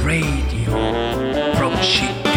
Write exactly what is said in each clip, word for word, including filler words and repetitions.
Radio from Chicago.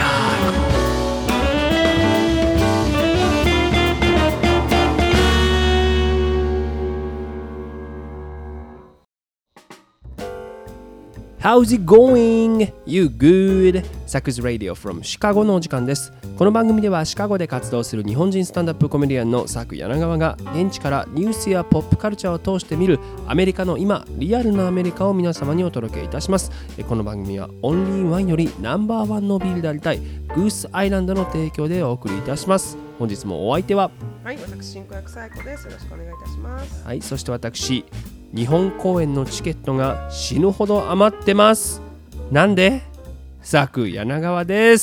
How's it going? You good? サクズ Radio from Chicago のお時間です。この番組ではシカゴで活動する日本人スタンダップコメディアンのサク柳川が現地からニュースやポップカルチャーを通して見るアメリカの今、リアルなアメリカを皆様にお届けいたします。この番組はオンリーワンよりナンバーワンのビールでありたいグースアイランドの提供でお送りいたします。本日もお相手ははい、私進行役サイコです。よろしくお願いいたします。 はい、そして私日本公演のチケットが死ぬほど余ってます。なんで？サク柳川です。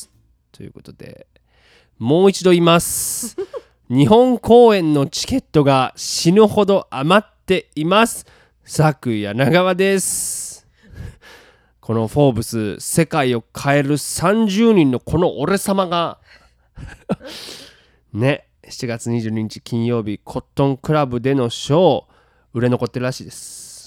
ということで、もう一度言います。日本公演のチケットが死ぬほど余っています。サク柳川です。このフォーブス世界を変えるさんじゅうにんのこの俺様がね、しちがつにじゅうににち金曜日コットンクラブでのショー売れ残ってるらしいです。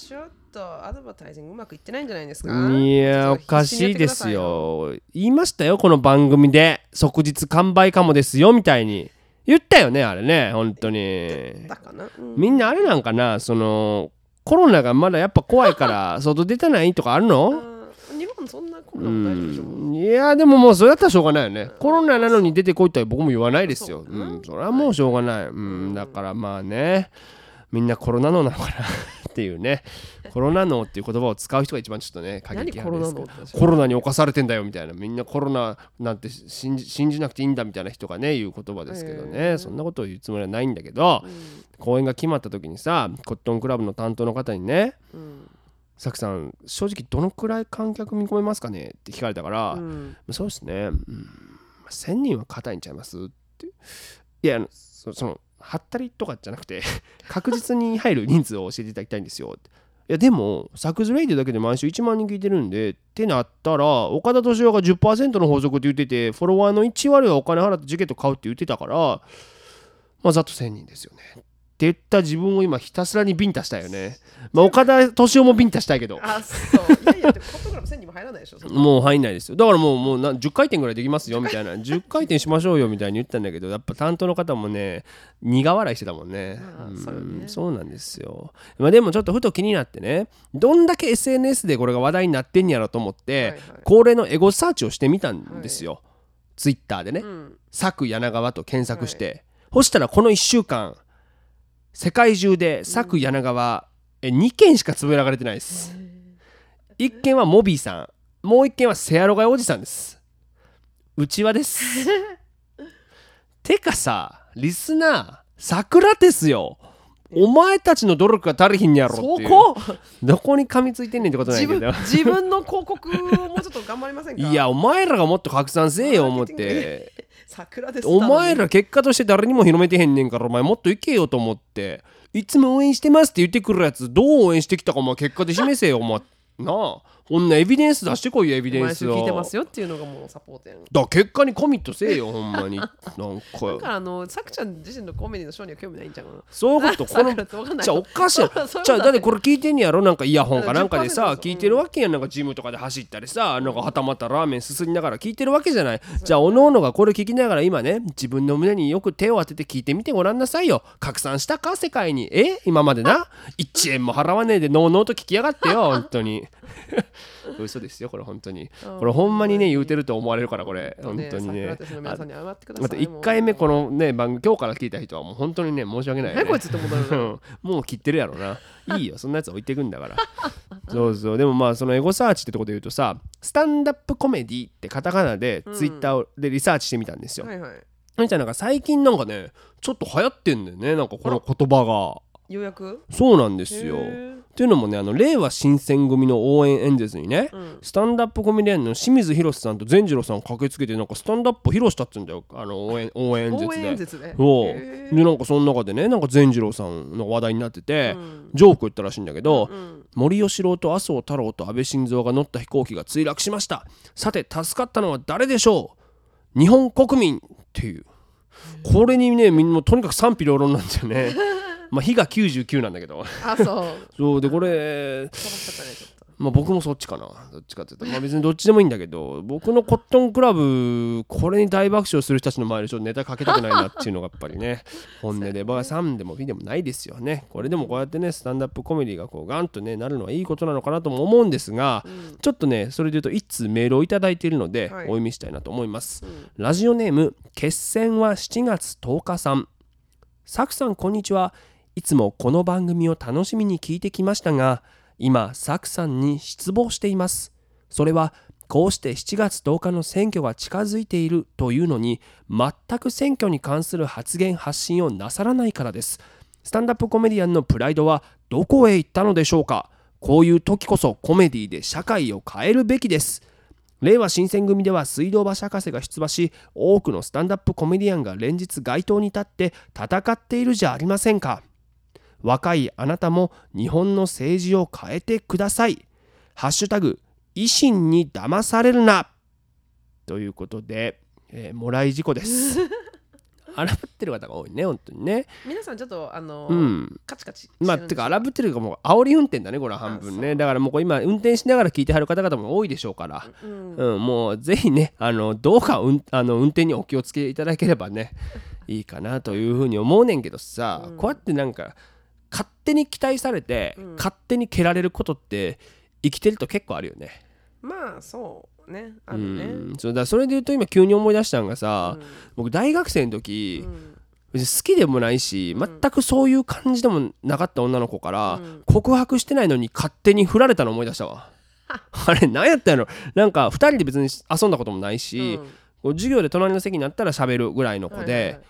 ちょっとアドバタイジングうまくいってないんじゃないですか？ いやおかしいですよ。言いましたよ、この番組で即日完売かもですよみたいに言ったよね、あれね。本当にだかな、うん、 みんなあれなんかな、そのコロナがまだやっぱ怖いから外出てないとかあるの？ 日本そんなコロナも大丈夫でしょ、うん、 いやでももうそれだったらしょうがないよね。コロナなのに出てこいとは僕も言わないですよ。 そ,、うん、それはもうしょうがない、うん、だからまあね、みんなコロナ脳なのかなっていうね。コロナ脳っていう言葉を使う人が一番ちょっとね過激派ですけど、コロナに侵されてんだよみたいな、みんなコロナなんて信 じ, 信じなくていいんだみたいな人がね言う言葉ですけどね、そんなことを言うつもりはないんだけど、うん、公演が決まった時にさ、コットンクラブの担当の方にね、うん、サクさん正直どのくらい観客見込めますかねって聞かれたから、うん、そうですね、うん、せんにんは硬いんちゃいますって。いや、そ, そのはったりとかじゃなくて確実に入る人数を教えていただきたいんですよって。いやでもサクズレイディだけで毎週いちまんにん聞いてるんでってなったら、岡田敏夫が じゅっパーセント の法則って言ってて、フォロワーのいちわりはお金払ってチケット買うって言ってたから、まあざっとせんにんですよねって言った自分を今ひたすらにビンタしたいよね。まあ岡田敏夫もビンタしたいけど、 あ、そういやいや、でもコットンクラブせんにんも入らないでしょ。 もう入んないですよ。だからもう、もうなじゅっかい転ぐらいできますよみたいなじゅっかい転しましょうよみたいに言ったんだけど、やっぱ担当の方もね苦笑いしてたもんね。 あ、そうよね。 そうなんですよ。まあ、でもちょっとふと気になってね、どんだけ エスエヌエス でこれが話題になってんやろと思って、はいはい、恒例のエゴサーチをしてみたんですよ、はい、ツイッターでね、うん、サク柳川と検索して、はい、そしたらこのいっしゅうかん世界中でサク柳川、うん、えにけんしかつぶやかれてないです。いっけんはモビーさん、もういっけんはセアロガイおじさんです。うちわですてかさ、リスナーサクラテスよ、お前たちの努力が足りひんやろっていう。そこどこに噛みついてんねんってことなんやけど、 自分、自分の広告もうちょっと頑張りませんか？ いやお前らがもっと拡散せえよ思って桜です。 お前ら結果として誰にも広めてへんねんから、お前もっといけよと思って、いつも応援してますって言ってくるやつどう応援してきたかお前結果で示せよお前なあ。こんなエビデンス出してこいよ、エビデンスを。 毎週聞いてますよっていうのがもうサポートやん。 だ結果にコミットせえよほんまに。なんかだからあのさくちゃん自身のコメディのショーには興味ないんちゃうかな。 そういうことこのじゃあおかしいじゃあだってこれ聞いてんやろ、なんかイヤホンかなんかでさ聞いてるわけやん。なんかジムとかで走ったりさ、なんかはたまたラーメンすすりながら聞いてるわけじゃない。じゃあおのおのがこれ聞きながら今ね、自分の胸によく手を当てて聞いてみてごらんなさいよ。拡散したか世界に。え今までないちえんも払わねえでノーノーと聞きやがってよ本当に嘘ですよこれ本当に。これほんまにね言うてると思われるから、これ本当にね。あといっかいめこのね番組今日から聞いた人はもう本当にね申し訳ないよね。 こいつって思ったよもう切ってるやろな。いいよそんなやつ置いていくんだからそうそう。でもまあそのエゴサーチってとこで言うとさ、スタンダップコメディってカタカナでツイッターでリサーチしてみたんですよ、うん、はいはい。じゃあなんか最近なんかねちょっと流行ってんだよね、なんかこの言葉が。 ようやくそうなんですよ。っていうのもね、あの令和新選組の応援演説にね、うん、スタンダップコメディアンの清水宏さんと善次郎さん駆けつけて、なんかスタンダップ披露したっつうんだよ、あの応援、応援演説で。応援演説で。そうでなんかその中でね、なんか善次郎さんの話題になってて、うん、ジョーク言ったらしいんだけど、うんうん、森喜朗と麻生太郎と安倍晋三が乗った飛行機が墜落しました。さて助かったのは誰でしょう？日本国民っていう。これにねみんなとにかく賛否両論なんですよねまあ日がきゅうじゅうきゅうなんだけどあそうそうでこれまあ僕もそっちかな。どっちかって言ったらまあ別にどっちでもいいんだけど、僕のコットンクラブこれに大爆笑する人たちの前でちょっとネタかけたくないなっていうのがやっぱりね本音でばあさんでもフィでもないですよね。これでもこうやってねスタンダップコメディがこうガンとねなるのはいいことなのかなとも思うんですが、うん、ちょっとねそれで言うと一通メールをいただいているので、はい、お読みしたいなと思います、うん、ラジオネーム決戦はしちがつとおかさん。サクさんこんにちは。いつもこの番組を楽しみに聞いてきましたが、今サクさんに失望しています。それはこうしてしちがつとおかの選挙が近づいているというのに全く選挙に関する発言発信をなさらないからです。スタンダップコメディアンのプライドはどこへ行ったのでしょうか。こういう時こそコメディで社会を変えるべきです。令和新選組では水道橋博士が出馬し、多くのスタンダップコメディアンが連日街頭に立って戦っているじゃありませんか。若いあなたも日本の政治を変えてください。ハッシュタグ維新に騙されるなということで、えー、もらい事故です荒ぶってる方が多いね本当にね。 皆さんちょっとあのーうん、カチカチしてるんまあてか荒ぶってるかもう煽り運転だねこれは半分ね。だからもうこれ今運転しながら聞いてはる方々も多いでしょうから、うんうん、もうぜひねあのどうか、うん、あの運転にお気をつけいただければねいいかなというふうに思うねんけどさ、うん、こうやってなんか勝手に期待されて、うん、勝手に蹴られることって生きてると結構あるよね。 まあそうねあるね。 うんそうだ。それで言うと今急に思い出したのがさ、うん、僕大学生の時、うん、別に好きでもないし、うん、全くそういう感じでもなかった女の子から、うん、告白してないのに勝手に振られたの思い出したわあれ何やったんやろ。なんかふたりで別に遊んだこともないし、うん、こう授業で隣の席になったら喋るぐらいの子で、はいはいはい、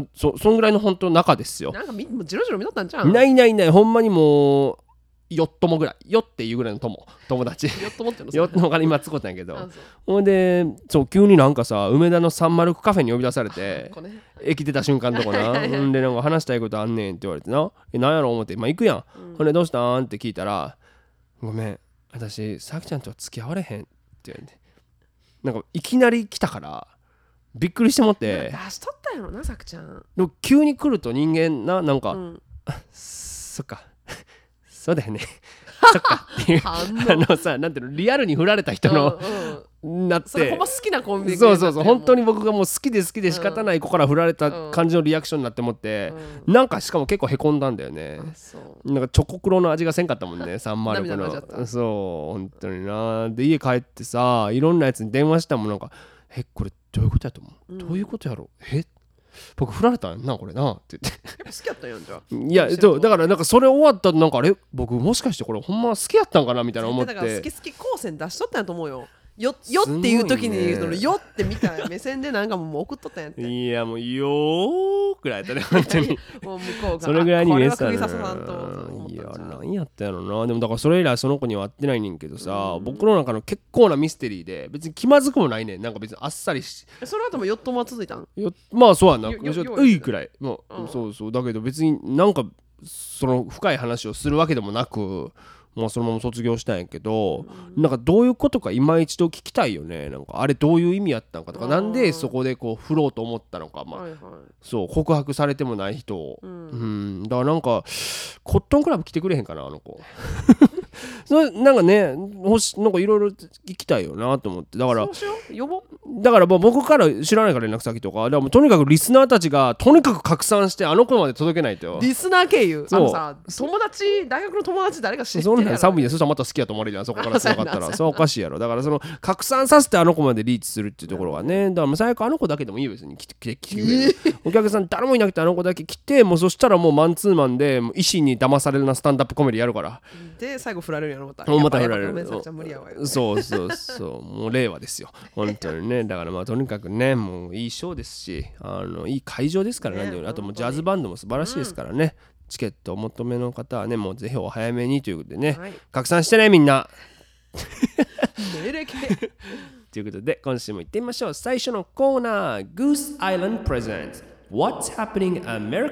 そ, そ, そんぐらいの本当中ですよ。 なんかみもうジロジロ見とったんちゃう。 ないないないほんまにもうよっともぐらいよっていうぐらいの友友達よっともってのよっともから今使ったんやけどほんでそう急になんかさ梅田のサンマルクカフェに呼び出されて駅出た瞬間とかなほんでなんか話したいことあんねんって言われてなえなんやろ思ってまあ行くやん、うん、ほんでどうしたんって聞いたらごめん私さきちゃんとは付き合われへんって言われてなんかいきなり来たからびっくりしてもって出しとったやろなさくちゃん。 でも急に来ると人間ななんか、うん、そっかそうだよねそっかっていうあのさなんていうのリアルに振られた人の、うんうん、なってそれほんま好きなコンビニそうそうそう本当に僕がもう好きで好きで仕方ない子から振られた感じのリアクションになって思って、うん、なんかしかも結構へこんだんだよね。なんかチョコクロの味がせんかったもんねさんまるごのそう本当にな。で家帰ってさいろんなやつに電話したもんなんかえこれどういうことやと思う、うん、どういうことやろうえ僕振られたんなこれなって言ってやっぱ好きやったんやんじゃあいやそうだからなんかそれ終わったらなんかあれ僕もしかしてこれほんま好きやったんかなみたいな思ってだから好き好き光線出しとったんやと思うよ。よ, よっていう時に、ね、そのよって見た目線でなんかもう送っとったんやっていやもうよーくらいやったね本当にもう向こうがそれぐらいに見えてたね。 いや何やったやろな。でもだからそれ以来その子には会ってないねんけどさ、うん、僕の中の結構なミステリーで別に気まずくもないねん。なんか別にあっさりしその後もよっとも続いたんよまあそうやなういくらいもう、うん、そうそうだけど別になんかその深い話をするわけでもなくまあ、そのまま卒業したんやけど、うん、なんかどういうことか今一度聞きたいよね。なんかあれどういう意味やったのかとかなんでそこでこう振ろうと思ったのか、まあはいはい、そう告白されてもない人を、うんうん、だからなんかコットンクラブ来てくれへんかなあの子それなんかねほしなんかいろいろ聞きたいよなと思って。だからそうしよう呼ぼだからもう僕から知らないから連絡先とかでもとにかくリスナーたちがとにかく拡散してあの子まで届けないとよ。 リスナー経由あのさ友達大学の友達誰か知ってるそんな寒いでそしたらまた好きやと思われるじゃんそこからつながったらそうおかしいやろ。だからその拡散させてあの子までリーチするっていうところがねだから最悪あの子だけでもいいよ別に来て来て来てくれる、えー、お客さん誰もいなくてあの子だけ来てもうそしたらもうマンツーマンで維新に騙されるなスタンダップコメディやるからで最後振られるやろまたまた振られるめちゃくちゃ無理やわよそうそうそうもう令和ですよ本当にね。だからまあとにかくねもういいショーですしあのいい会場ですからね何よりあともうジャズバンドも素晴らしいですからね、うん、チケットお求めの方はねもうぜひお早めにということでね、はい、拡散してねみんな命令系ということで今週も行ってみましょう。最初のコーナー Goose Island Presents What's Happening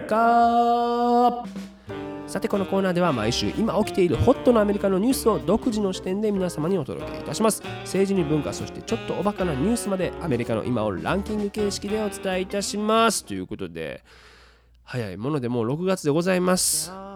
America。さてこのコーナーでは毎週今起きているホットなアメリカのニュースを独自の視点で皆様にお届けいたします。政治に文化そしてちょっとおバカなニュースまでアメリカの今をランキング形式でお伝えいたしますということで早いものでもうろくがつでございますね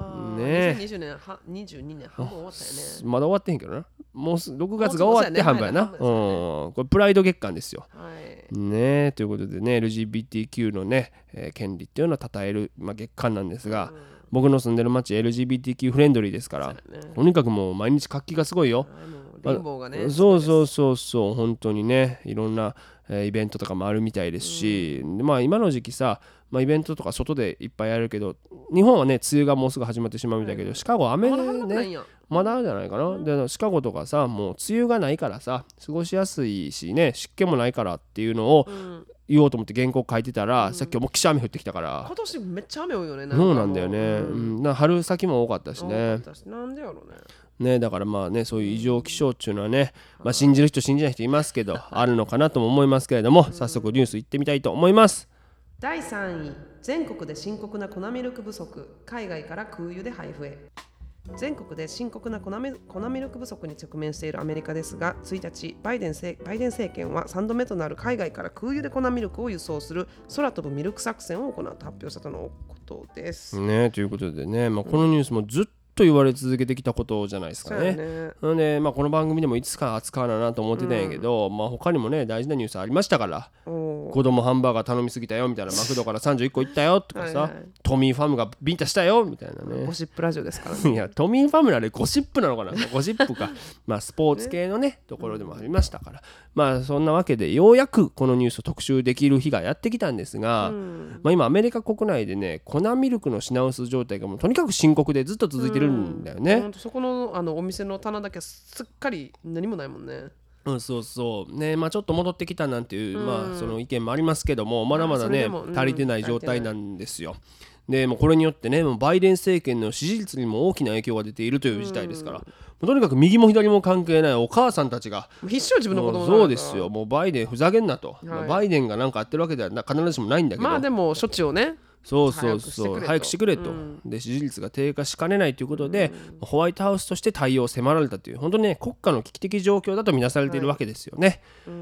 ね。 にせんにじゅうねんはにじゅうにねん半分終わったよね。 まだ終わってへんけどな。もうろくがつが終わって半分やな。うん、これプライド月間ですよ。 はい、 ねということでね エルジービーティーキュー のね、えー、権利っていうのを称える、まあ、月間なんですが、うん、僕の住んでる町 エルジービーティーキュー フレンドリーですから、ね、とにかくもう毎日活気がすごいよ。 リンボーがね、 そうそうそうそう本当にねいろんな、えー、イベントとかもあるみたいですし、うん、まあ今の時期さ、まあ、イベントとか外でいっぱいやるけど日本はね梅雨がもうすぐ始まってしまうみたいだけど、うん、シカゴ雨ねまだじゃないかな、うん、でシカゴとかさもう梅雨がないからさ過ごしやすいしね湿気もないからっていうのを言おうと思って原稿書いてたら、うん、さっきもう汽車雨降ってきたから今年めっちゃ雨多いよね。 そうなんだよね、うんうん、春先も多かったしね。 多かったしなんでやろうね。 ね、だからまあねそういう異常気象っていうのはね、まあ、信じる人信じない人いますけどあるのかなとも思いますけれども、早速ニュースいってみたいと思います。 だいさんい、全国で深刻な粉ミルク不足、海外から空輸で配布へ。全国で深刻な粉ミルク不足に直面しているアメリカですが、ついたちバイデン政、バイデン政権はさんどめとなる海外から空輸で粉ミルクを輸送する空飛ぶミルク作戦を行うと発表したとのことです。 ね、ということでね、まあ、このニュースもずっとと言われ続けてきたことじゃないですかね。なので、まあ、この番組でもいつか扱うななと思ってたんやけど、うん、まあ、他にもね大事なニュースありましたから、子供ハンバーガー頼みすぎたよみたいな、マクドからさんじゅういっこいったよとかさはい、はい、トミーファムがビンタしたよみたいなね。 ゴシップラジオですからね。 いやトミーファムならゴシップなのかなゴシップかまあスポーツ系のねところでもありましたから、まあそんなわけでようやくこのニュースを特集できる日がやってきたんですが、うんまあ、今アメリカ国内でね粉ミルクの品薄状態がもうとにかく深刻でずっと続いてるんだよね。 うんそこ の, あのお店の棚だけすっかり何もないもんね。 うん、そうそうね、まあちょっと戻ってきたなんていう、うん、まあその意見もありますけどもまだまだね、うん、足りてない状態なんですよ。でもうこれによってねもうバイデン政権の支持率にも大きな影響が出ているという事態ですから、うん、とにかく右も左も関係ないお母さんたちが必死は自分の子供そうですよもうバイデンふざけんなと、はいまあ、バイデンが何かやってるわけでは必ずしもないんだけどまあでも処置をねそうそうそう早くしてくれと、うん、で支持率が低下しかねないということで、うん、ホワイトハウスとして対応を迫られたという本当にね国家の危機的状況だとみなされているわけですよね、はいうん、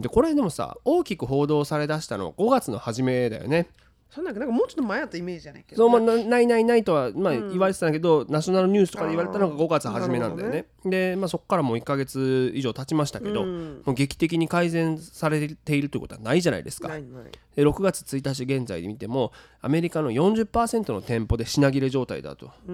でこれでもさ大きく報道されだしたのはごがつの初めだよね。 そんなんかもうちょっと前やったイメージじゃないけど、 ね、そう、まあ、ないないないとは、まあ、言われてたんだけど、うん、ナショナルニュースとかで言われたのがごがつ初めなんだよね。で、まあ、そこからもういっかげつ以上経ちましたけど、うん、もう劇的に改善されているということはないじゃないですか。 ないないでろくがつついたち現在で見てもアメリカの よんじゅっパーセント の店舗で品切れ状態だと、うん、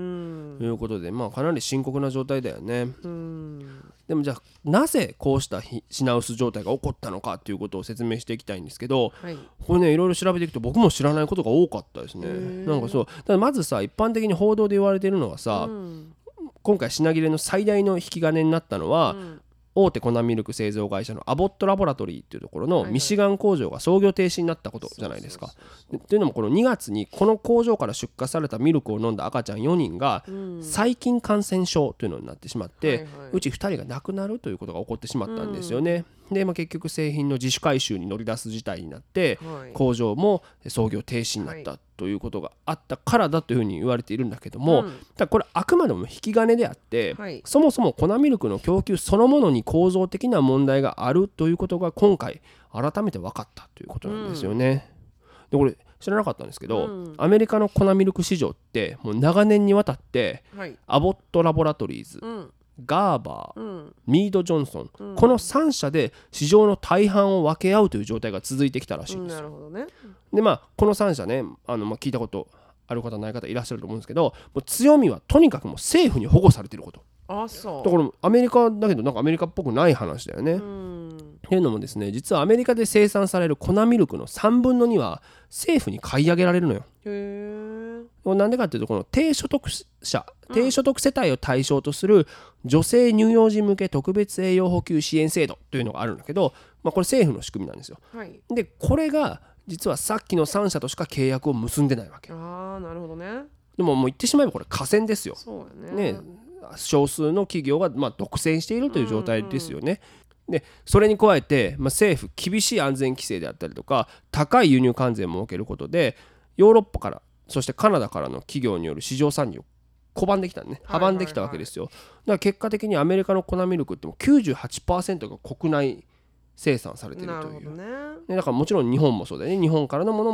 いうことで、まあ、かなり深刻な状態だよね。うんでもじゃあなぜこうした品薄状態が起こったのかということを説明していきたいんですけど、はい、これねいろいろ調べていくと僕も知らないことが多かったですね。なんかそうだからまずさ一般的に報道で言われているのはさ、うん、今回品切れの最大の引き金になったのは、うん大手粉ミルク製造会社のアボットラボラトリーっていうところのミシガン工場が操業停止になったことじゃないですか。っていうのもこのにがつにこの工場から出荷されたミルクを飲んだ赤ちゃんよにんが細菌感染症というのになってしまって、うちふたりが亡くなるということが起こってしまったんですよね。で、まあ、結局製品の自主回収に乗り出す事態になって工場も操業停止になったということがあったからだというふうに言われているんだけども、うん、ただこれあくまでも引き金であって、はい、そもそも粉ミルクの供給そのものに構造的な問題があるということが今回改めて分かったということなんですよね、うん、でこれ知らなかったんですけど、うん、アメリカの粉ミルク市場ってもう長年にわたって、はい、アボットラボラトリーズ、うんガーバー、うん、ミード・ジョンソン、うん、このさん社で市場の大半を分け合うという状態が続いてきたらしいんですよ、うん、なるほどね。でまあこのさん社ねあの、まあ、聞いたことある方ない方いらっしゃると思うんですけどもう強みはとにかくもう政府に保護されていること。 あそうだからアメリカだけどなんかアメリカっぽくない話だよね。うんっていうのもですね実はアメリカで生産される粉ミルクのさんぶんのには政府に買い上げられるのよ。へーなんでかっていうとこの低所得者低所得世帯を対象とする女性乳幼児向け特別栄養補給支援制度というのがあるんだけど、まあ、これ政府の仕組みなんですよ、はい、でこれが実はさっきのさん社としか契約を結んでないわけ。 あーなるほどね。 でももう言ってしまえばこれ寡占ですよ。 そうやね。 ね少数の企業がまあ独占しているという状態ですよね、うんうん、でそれに加えて、まあ、政府厳しい安全規制であったりとか高い輸入関税を設けることでヨーロッパからそしてカナダからの企業による市場参入を拒んできたね阻んできたわけですよ。だから結果的にアメリカの粉ミルクっても きゅうじゅうはちパーセント が国内生産されているという。なるほどね。だからもちろん日本もそうだよね。日本からのものも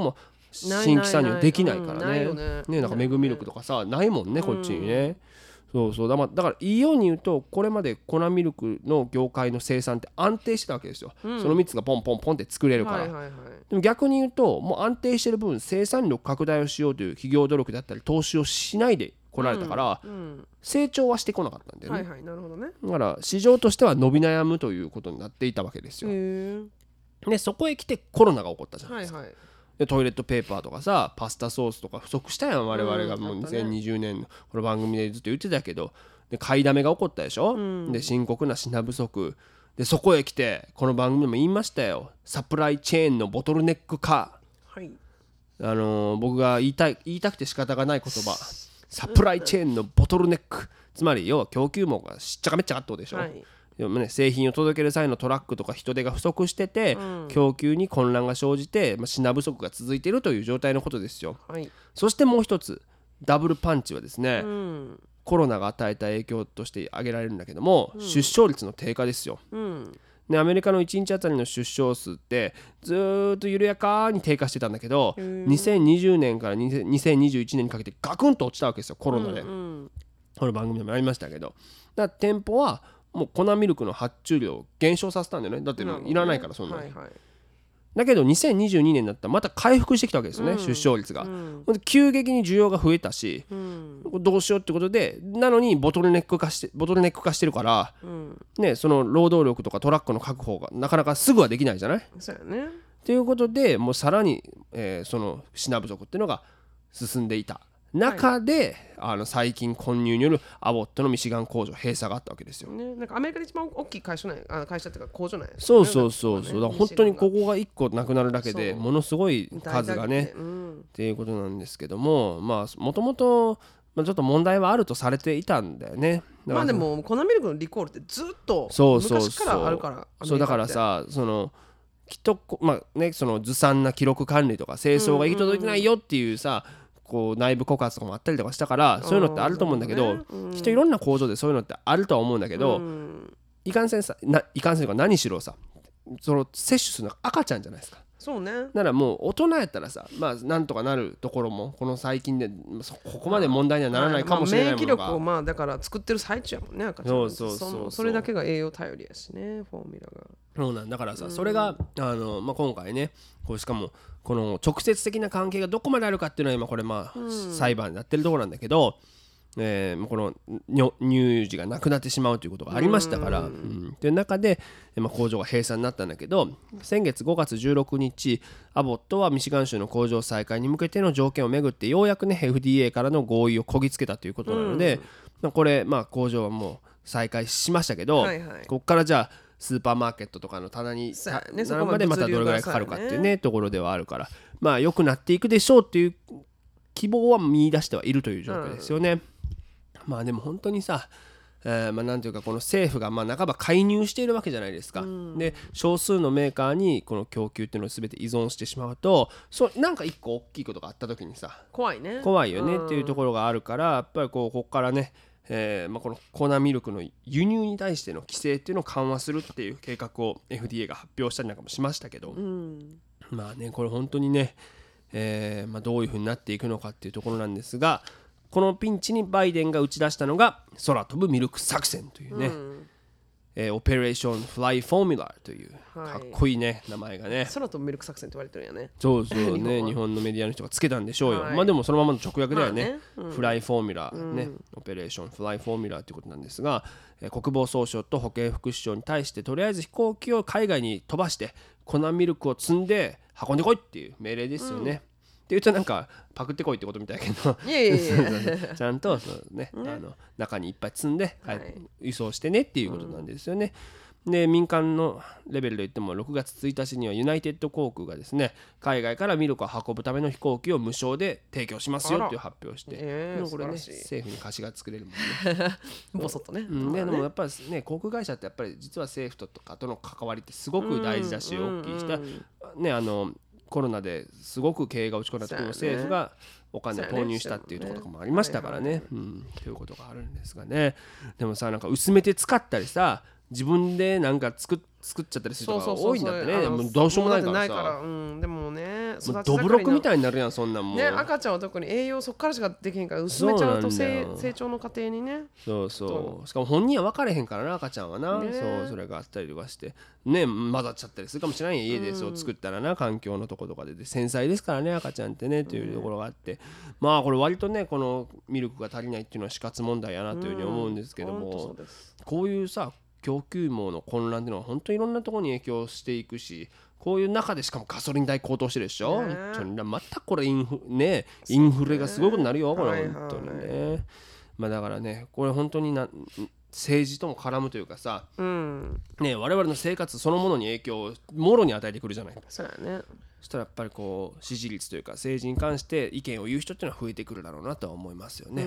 新規参入できないからね。 ないないないうんないよねね、なんかメグミルクとかさないもんねこっちにね。そうそうだ、ま、だからいいように言うとこれまで粉ミルクの業界の生産って安定してたわけですよ、うん、そのみっつがポンポンポンって作れるから、はいはいはい、でも逆に言うともう安定してる分生産力拡大をしようという企業努力だったり投資をしないで来られたから、うんうん、成長はしてこなかったんだよね、はいはい、なるほどね。だから市場としては伸び悩むということになっていたわけですよ。でそこへ来てコロナが起こったじゃないですか、はいはい、でトイレットペーパーとかさパスタソースとか不足したやん我々がもうにせんにじゅうねんのこの番組でずっと言ってたけど、で買いだめが起こったでしょ、うん、で深刻な品不足でそこへ来てこの番組でも言いましたよ、サプライチェーンのボトルネック化、はい、あのー、僕が言いたい言いたくて仕方がない言葉、サプライチェーンのボトルネック、つまり要は供給網がしっちゃかめっちゃかってことでしょ、はい、でもね、製品を届ける際のトラックとか人手が不足してて、うん、供給に混乱が生じて、まあ、品不足が続いているという状態のことですよ、はい、そしてもう一つダブルパンチはですね、うん、コロナが与えた影響として挙げられるんだけども、うん、出生率の低下ですよ、うんね、アメリカのいちにちあたりの出生数ってずーっと緩やかに低下してたんだけどにせんにじゅうねんからにせんにじゅういちねんにかけてガクンと落ちたわけですよコロナで、うんうん、この番組でもありましたけど、だから店舗はもう粉ミルクの発注量を減少させたんだよね。だっていらないからそんなに、はいはい、だけどにせんにじゅうにねんになったらまた回復してきたわけですよね、うん、出生率が、うん、急激に需要が増えたし、うん、どうしようってことでなのにボトルネック化してボトルネック化してるから、うんね、その労働力とかトラックの確保がなかなかすぐはできないじゃない。そうやね。ということでもうさらに、えー、その品不足っていうのが進んでいた中で、はい、あの最近混入によるアボットのミシガン工場閉鎖があったわけですよ、ね、なんかアメリカで一番大きい会社ないあ会社っていうか工場ない、ね、そうそうそうそう、ね、だから本当にここがいっこなくなるだけでものすごい数がね、うん、っていうことなんですけども、まあもともとちょっと問題はあるとされていたんだよね。まあでも粉ミルクのリコールってずっと昔からあるから、そうだからさそのきっとまあねそのずさんな記録管理とか清掃が行き届いてないよっていうさ、うんうんうんこう内部告発とかもあったりとかしたからそういうのってあると思うんだけど、ねうん、きっといろんな工場でそういうのってあるとは思うんだけど、うん、いかんせんさないかんせんとか何しろさその摂取するのが赤ちゃんじゃないですか。そうね。ならもう大人やったらさまあなんとかなるところもこの最近でここまで問題にはならないかもしれないものが、まあ、免疫力をまあだから作ってる最中やもんね赤ちゃん。そうそうそうそう。それだけが栄養頼りやしねフォーミュラが。そうなんだからさ、うん、それがあの、まあ、今回ねこうしかもこの直接的な関係がどこまであるかっていうのは今これまあ、うん、裁判になってるところなんだけど、えー、この乳児がなくなってしまうということがありましたから、うんうん、という中で、まあ、工場が閉鎖になったんだけど先月ごがつじゅうろくにちアボットはミシガン州の工場再開に向けての条件をめぐってようやくね エフディーエー からの合意をこぎつけたということなので、うんまあ、これ、まあ、工場はもう再開しましたけど、はいはい、ここからじゃあスーパーマーケットとかの棚に並ぶまでまたどれぐらいかかるかっていうねところではあるからまあ良くなっていくでしょうっていう希望は見出してはいるという状況ですよね、うん、まあでも本当にさ、えー、まあなんていうかこの政府がまあ半ば介入しているわけじゃないですか、うん、で少数のメーカーにこの供給っていうのを全て依存してしまうとそなんか一個大きいことがあった時にさ怖いね怖いよねっていうところがあるからやっぱりこうここからねえーまあ、この粉ミルクの輸入に対しての規制っていうのを緩和するっていう計画を エフディーエー が発表したりなんかもしましたけど、うん、まあねこれ本当にね、えーまあ、どういう風になっていくのかっていうところなんですがこのピンチにバイデンが打ち出したのが空飛ぶミルク作戦というね、うんえー、オペレーションフライフォーミュラーというかっこいいね、はい、名前がね空飛ぶミルク作戦って言われてるよね。そうそうね日本のメディアの人がつけたんでしょうよ、はい、まあでもそのままの直訳だよね、まあねうん、フライフォーミュラーね、うん、オペレーションフライフォーミュラーということなんですが、えー、国防総省と保健福祉省に対してとりあえず飛行機を海外に飛ばして粉ミルクを積んで運んでこいっていう命令ですよね、うんって言うとなんかパクってこいってことみたいだけどいやいやいやちゃんとそう、ねね、あの中にいっぱい積んで、はい、輸送してねっていうことなんですよね、うん、で民間のレベルで言ってもろくがつついたちにはユナイテッド航空がですね海外からミルクを運ぶための飛行機を無償で提供しますよっていう発表をして、えー、これね政府に貸しが作れるもんねボソッとね、うん、ででもやっぱりね航空会社ってやっぱり実は政府とかとの関わりってすごく大事だし、うん、大きいしたねあのコロナですごく経営が落ち込んだ時も政府がお金を投入したっていうところとかもありましたからね、うん、ということがあるんですがね。でもさなんか薄めて使ったりさ自分でなんか作っ作っちゃったりする人が多いんだってね。もうどうしようもないからさ。ないから、うん、でもね育ちドブロックみいたいになるやんそんなんもう、 ね、赤ちゃんは特に栄養そっからしかできへんから薄めちゃうと成長の過程にね。 そうそうしかも本人は分かれへんからな赤ちゃんはな、ね、そうそれがあったりとかしてね混ざっちゃったりするかもしれないやん家でそう作ったらな、うん、環境のとことかでで繊細ですからね赤ちゃんってねというところがあって、まあこれ割とねこのミルクが足りないっていうのは死活問題やなというふうに思うんですけども、うん、こういうさ供給網の混乱っていうのは本当にいろんなところに影響していくしこういう中でしかもガソリン代高騰してるでしょ、ね、本当にまたこれインフ、ね、インフレがすごいことになるよこれ本当にね、はいはい、まあだからねこれ本当にな政治とも絡むというかさ、うんね、我々の生活そのものに影響をもろに与えてくるじゃないか。 そうやね。 そしたらやっぱりこう支持率というか政治に関して意見を言う人っていうのは増えてくるだろうなとは思いますよね。うん、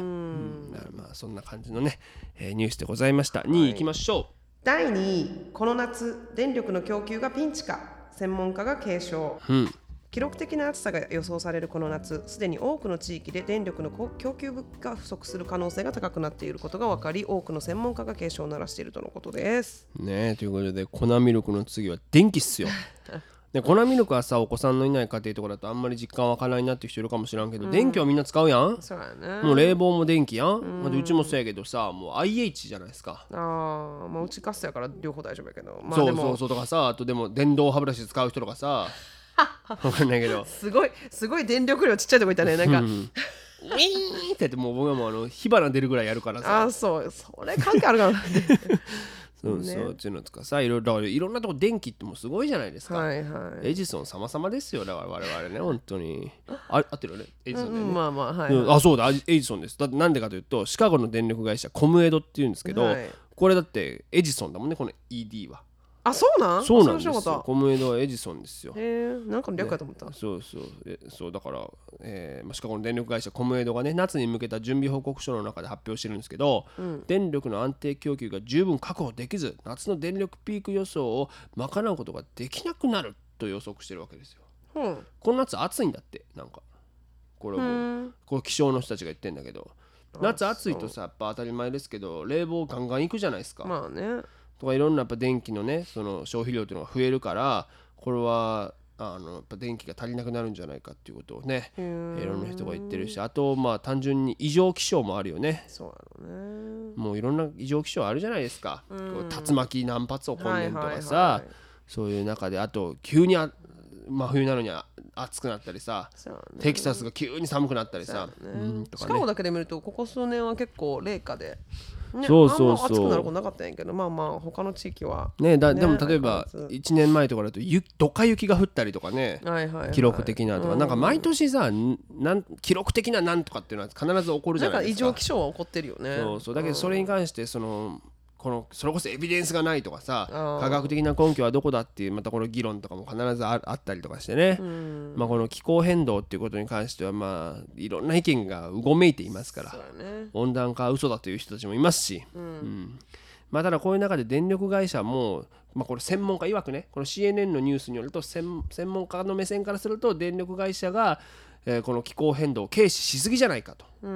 だからまあそんな感じのね、えー、ニュースでございました。にいいきましょう、はい、 だいにいこの夏電力の供給がピンチか専門家が警鐘、うん、記録的な暑さが予想されるこの夏すでに多くの地域で電力の供給が不足する可能性が高くなっていることが分かり多くの専門家が警鐘を鳴らしているとのことです。 ね、ということで粉ミルクの次は電気っすよで粉ミルクはさお子さんのいない家庭とかだとあんまり実感わからないなっていう人いるかもしれんけど、うん、電気はみんな使うやん。 そうやね。 もう冷房も電気やん、うんまあ、うちもそうやけどさもう アイエイチ じゃないですか。 ああまあうちガスやから両方大丈夫やけど、まあ、 そうそうそうとかさあとでも電動歯ブラシ使う人とかさわかんないけどすごいすごい電力量ちっちゃいとこいたねなんかウィーンってやってもう僕はもうあの火花出るぐらいやるからさあそうそれ関係あるかなそうそう、ね、っていうのとかさいろいろいろんなとこ電気ってもうすごいじゃないですか、 はいはい、 エジソン様々ですよだから我々ね本当にあ合ってるよねエジソンだよね、 うん、まあまあはい、はい、 あそうだエジソンです。だってなんでかというとシカゴの電力会社コムエドっていうんですけど、はい、これだってエジソンだもんねこの イーディー は。 あそうなんそうなんですよコムエドはエジソンですよ。 へえなんかの略かと思った、 ね、そうそうえそうだから、えーまあ、シカゴの電力会社コムエドがね夏に向けた準備報告書の中で発表してるんですけど、うん、電力の安定供給が十分確保できず夏の電力ピーク予想を賄うことができなくなると予測してるわけですよ、うん、この夏暑いんだってなんかこれもこれ気象の人たちが言ってんだけど夏暑いとさやっぱ当たり前ですけど冷房ガンガンいくじゃないですか。 まあねとかいろんなやっぱ電気のねその消費量っていうのが増えるからこれはあのやっぱ電気が足りなくなるんじゃないかっていうことをねいろんな人が言ってるしあとまあ単純に異常気象もあるよね。 そうなのね。 もういろんな異常気象あるじゃないですか。こう竜巻何発起こんねんとかさ、はいはいはい、そういう中であと急にあ真冬なのに暑くなったりさ、ね、テキサスが急に寒くなったりさ、 ねうんとかね、シカゴだけで見るとここ数年は結構冷夏でね、 そうそうそうあんま暑くなることなかったんやけどまあまあ他の地域はねだ、ね、でも例えばいちねんまえとかだとドカ雪が降ったりとかね、はいはいはい、記録的なとか、うん、なんか毎年さなん記録的ななんとかっていうのは必ず起こるじゃないですか。 なんか異常気象は起こってるよね。 そうそうだけどそれに関してそのこのそれこそエビデンスがないとかさ科学的な根拠はどこだっていうまたこの議論とかも必ず あ, あったりとかしてね、うんまあ、この気候変動っていうことに関してはまあいろんな意見がうごめいていますから、ね、温暖化は嘘だという人たちもいますし、うんうんまあ、ただこういう中で電力会社も、まあ、これ専門家曰くねこの シーエヌエヌ のニュースによると 専, 専門家の目線からすると電力会社が、えー、この気候変動を軽視しすぎじゃないかと、うん、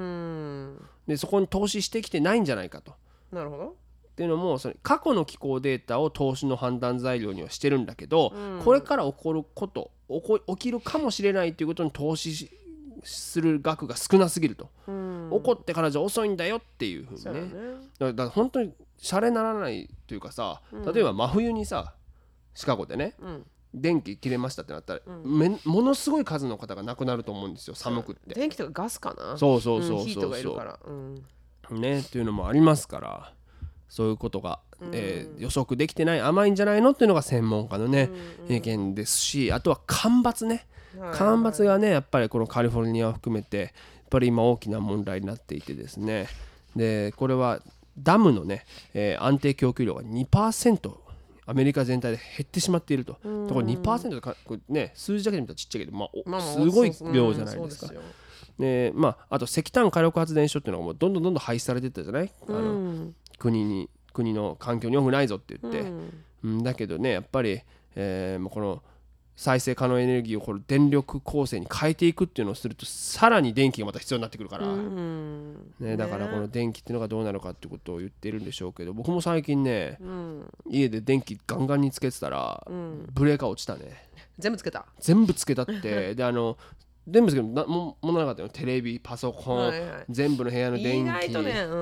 でそこに投資してきてないんじゃないかと。 なるほどっていうのもその過去の気候データを投資の判断材料にはしてるんだけど、うん、これから起こること起こ起きるかもしれないということに投資する額が少なすぎると、うん、起こってからじゃ遅いんだよっていうふうに ね, ねだからだから本当にシャレならないというかさ、うん、例えば真冬にさシカゴでね、うん、電気切れましたってなったら、うん、めものすごい数の方が亡くなると思うんですよ寒くって。 電気とかガスかなそうそうそうそうそう、うん、 ヒートがいるから、 うん、ねっていうのもありますからそういうことが、えー、予測できてない甘いんじゃないのっていうのが専門家のね、うんうん、意見ですしあとは干ばつね、はいはい、干ばつがねやっぱりこのカリフォルニアを含めてやっぱり今大きな問題になっていてですねでこれはダムのね、えー、安定供給量が にパーセント アメリカ全体で減ってしまっていると、うん、だから にパーセント かこれ、ね、数字だけで見たらちっちゃいけど、まあまあ、すごい量じゃないですか。でまあ、あと石炭火力発電所っていうのがもうどんどんどんどん廃止されていったじゃない、うん、あの国に国の環境に良くないぞって言って、うんうん、だけどねやっぱり、えー、この再生可能エネルギーをこの電力構成に変えていくっていうのをするとさらに電気がまた必要になってくるから、うんね、だからこの電気っていうのがどうなるかってことを言ってるんでしょうけど僕も最近ね、うん、家で電気ガンガンにつけてたら、うん、ブレーカー落ちたね。 全部つけた。 全部つけたってであの全部つけたなもものなかったよ。テレビパソコン、 はいはい、 全部の部屋の電気意外とね、うん、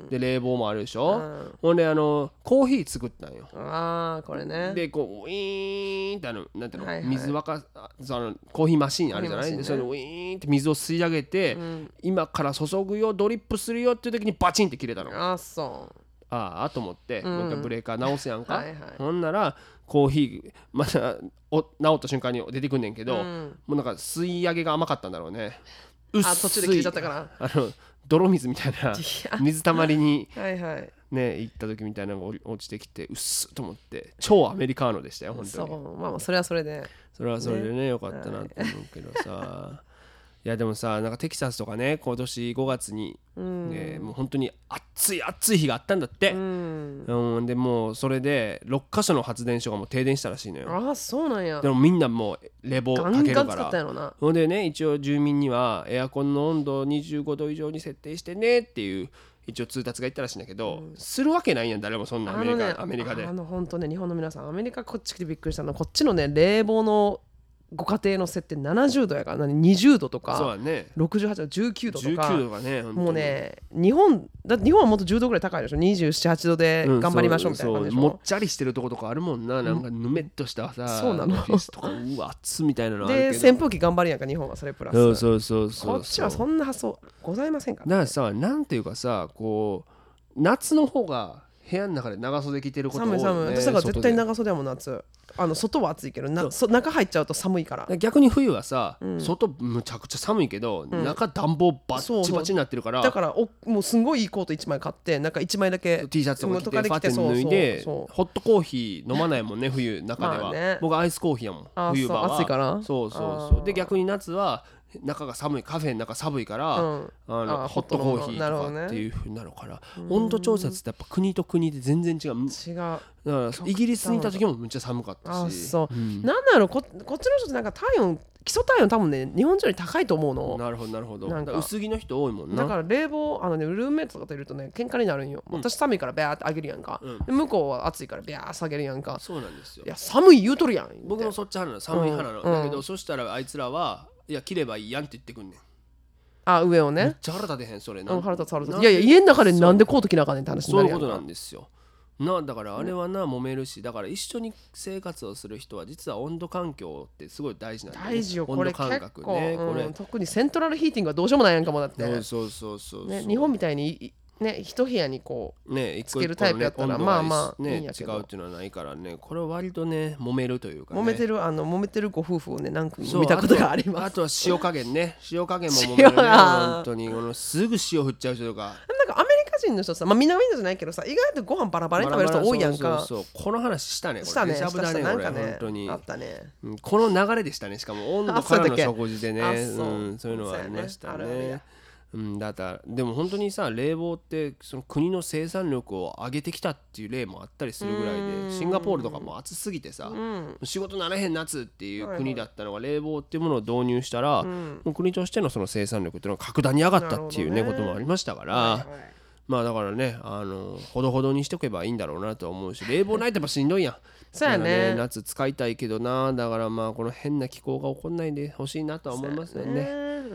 で冷房もあるでしょ、 うん、 ほんであのコーヒー作ったんよ。 ああこれね。 でこうウィーンってあのなんていうの、 はいはい、 水沸かそのコーヒーマシーンあるじゃない、ね、でそのウィーンって水を吸い上げて、うん、今から注ぐよドリップするよっていう時にバチンって切れたの。 ああそうああと思って、うん、もう一回ブレーカー直すやんか、 はいはい、 ほんならコーヒーまたお直った瞬間に出てくんねんけど、うん、もうなんか吸い上げが甘かったんだろうね。 うっすいあ途中で切れちゃったからあの泥水みたいな水たまりにはいはいね行った時みたいなのが落ちてきてうっすと思って超アメリカーノでしたよ本当に。 そうまあまあそれはそれでそれはそれでね、ねよかったなと思うけどさ、はいいやでもさなんかテキサスとかね今年ごがつに、うんね、もう本当に暑い暑い日があったんだって、うんうん、でもうそれでろっかしょの発電所がもう停電したらしいのよ。 ああそうなんや。 でもみんなもう冷房かけるからガンガン使ったんやろな。 ほんでね一応住民にはエアコンの温度をにじゅうごど以上に設定してねっていう一応通達が言ったらしいんだけど、うん、するわけないやん誰もそんなアメリカ、ね、アメリカであの本当ね日本の皆さんアメリカこっち来てびっくりしたのこっちのね冷房のご家庭の設定ななじゅうどやから何にじゅうどとかそうだ、ね、 ろくじゅうはちどじゅうきゅうどとかじゅうきゅうどがねもうね日本だって日本はもっとじゅうどぐらい高いでしょにじゅうなな、はちどで頑張りましょうみたいな感じでしょ、 うん、もっちゃりしてるとことかあるもんななんかぬめっとしたさ、うん、 そうなのオフィスとかうわ熱みたいなのあるけどで扇風機頑張りやんか日本はそれプラスそうそうそうそうこっちはそんな発想ございませんから、ね、 だからさなんていうかさこう夏の方が部屋の中で長袖着てること多い、ね、 寒い寒い私だから絶対長袖はもう夏あの外は暑いけどなそ中入っちゃうと寒いから逆に冬はさ、うん、外むちゃくちゃ寒いけど、うん、中暖房バッチバチになってるからだからおもうすんごいいいコートいちまい買ってなんかいちまいだけ T シャツとか着てファッて脱いでホットコーヒー飲まないもんね冬中では、まあね、僕アイスコーヒーやもん冬場は暑いからそうそうそうで逆に夏は中が寒いカフェの中寒いから、うん、あのあホットコーヒーとかっていう風になるから、ね、温度調節ってやっぱ国と国で全然違う違うだからイギリスにいた時もめっちゃ寒かったしあそう、うん、なんだろう こ, こっちの人ってなんか体温基礎体温多分ね日本人より高いと思うの。 なるほどなるほどなんか薄着の人多いもんな。 だから冷房あの、ね、ルームメイトとかといるとね喧嘩になるんよ、うん、私寒いからビャーって上げるやんか、うん、で向こうは暑いからビャー下げるやんか。 そうなんですよ。 いや寒い言うとるやん僕もそっち派なの寒い派なの、うん、だけど、うん、そしたらあいつらはいや着ればいいやんって言ってくんねん。 あ上をねめっちゃ腹立てへんそれな、 うん、腹立つ腹立ついやいや家の中でなんでコート着なあかんねんって話になるやんか。 そういうことなんですよな。だからあれはな揉めるしだから一緒に生活をする人は実は温度環境ってすごい大事なんだよね。 大事よこれ結構、 温度感覚ね、これ、 うん、特にセントラルヒーティングはどうしようもないやんかもだって。 そうそうそうそう、 ね、日本みたいにね一部屋にこう、ね、つけるタイプやったら、 ね、 まあまあ、 ね、 いいんやけど違うっていうのはないからねこれは割とね揉めるというかね揉めてるあの揉めてるご夫婦をね何組も見たことがあります。 あ, あとは塩加減ね塩加減も揉めるね本当にこのすぐ塩振っちゃう人とかなんかアメリカ人の人さ、まあ、みんなみんなじゃないけどさ意外とご飯バラバラに食べる人多いやんか。 そうそうそうこの話したねこれしたねデジャブだねこれ本当にあったね、 うん、この流れでしたねしかも温度からの食事でねそう、うん、そういうのはありましたね。うん、だからでも本当にさ冷房ってその国の生産力を上げてきたっていう例もあったりするぐらいでシンガポールとかも暑すぎてさ、うん、仕事なれへん夏っていう国だったのが冷房っていうものを導入したら、うん、もう国としてのその生産力っていうのが格段に上がったっていうねこともありましたから、はいはい、まあだからねあのほどほどにしておけばいいんだろうなと思うし冷房ないとやっぱしんどいやん。 そうやね、 夏使いたいけどなだからまあこの変な気候が起こんないでほしいなとは思いますよね。うん、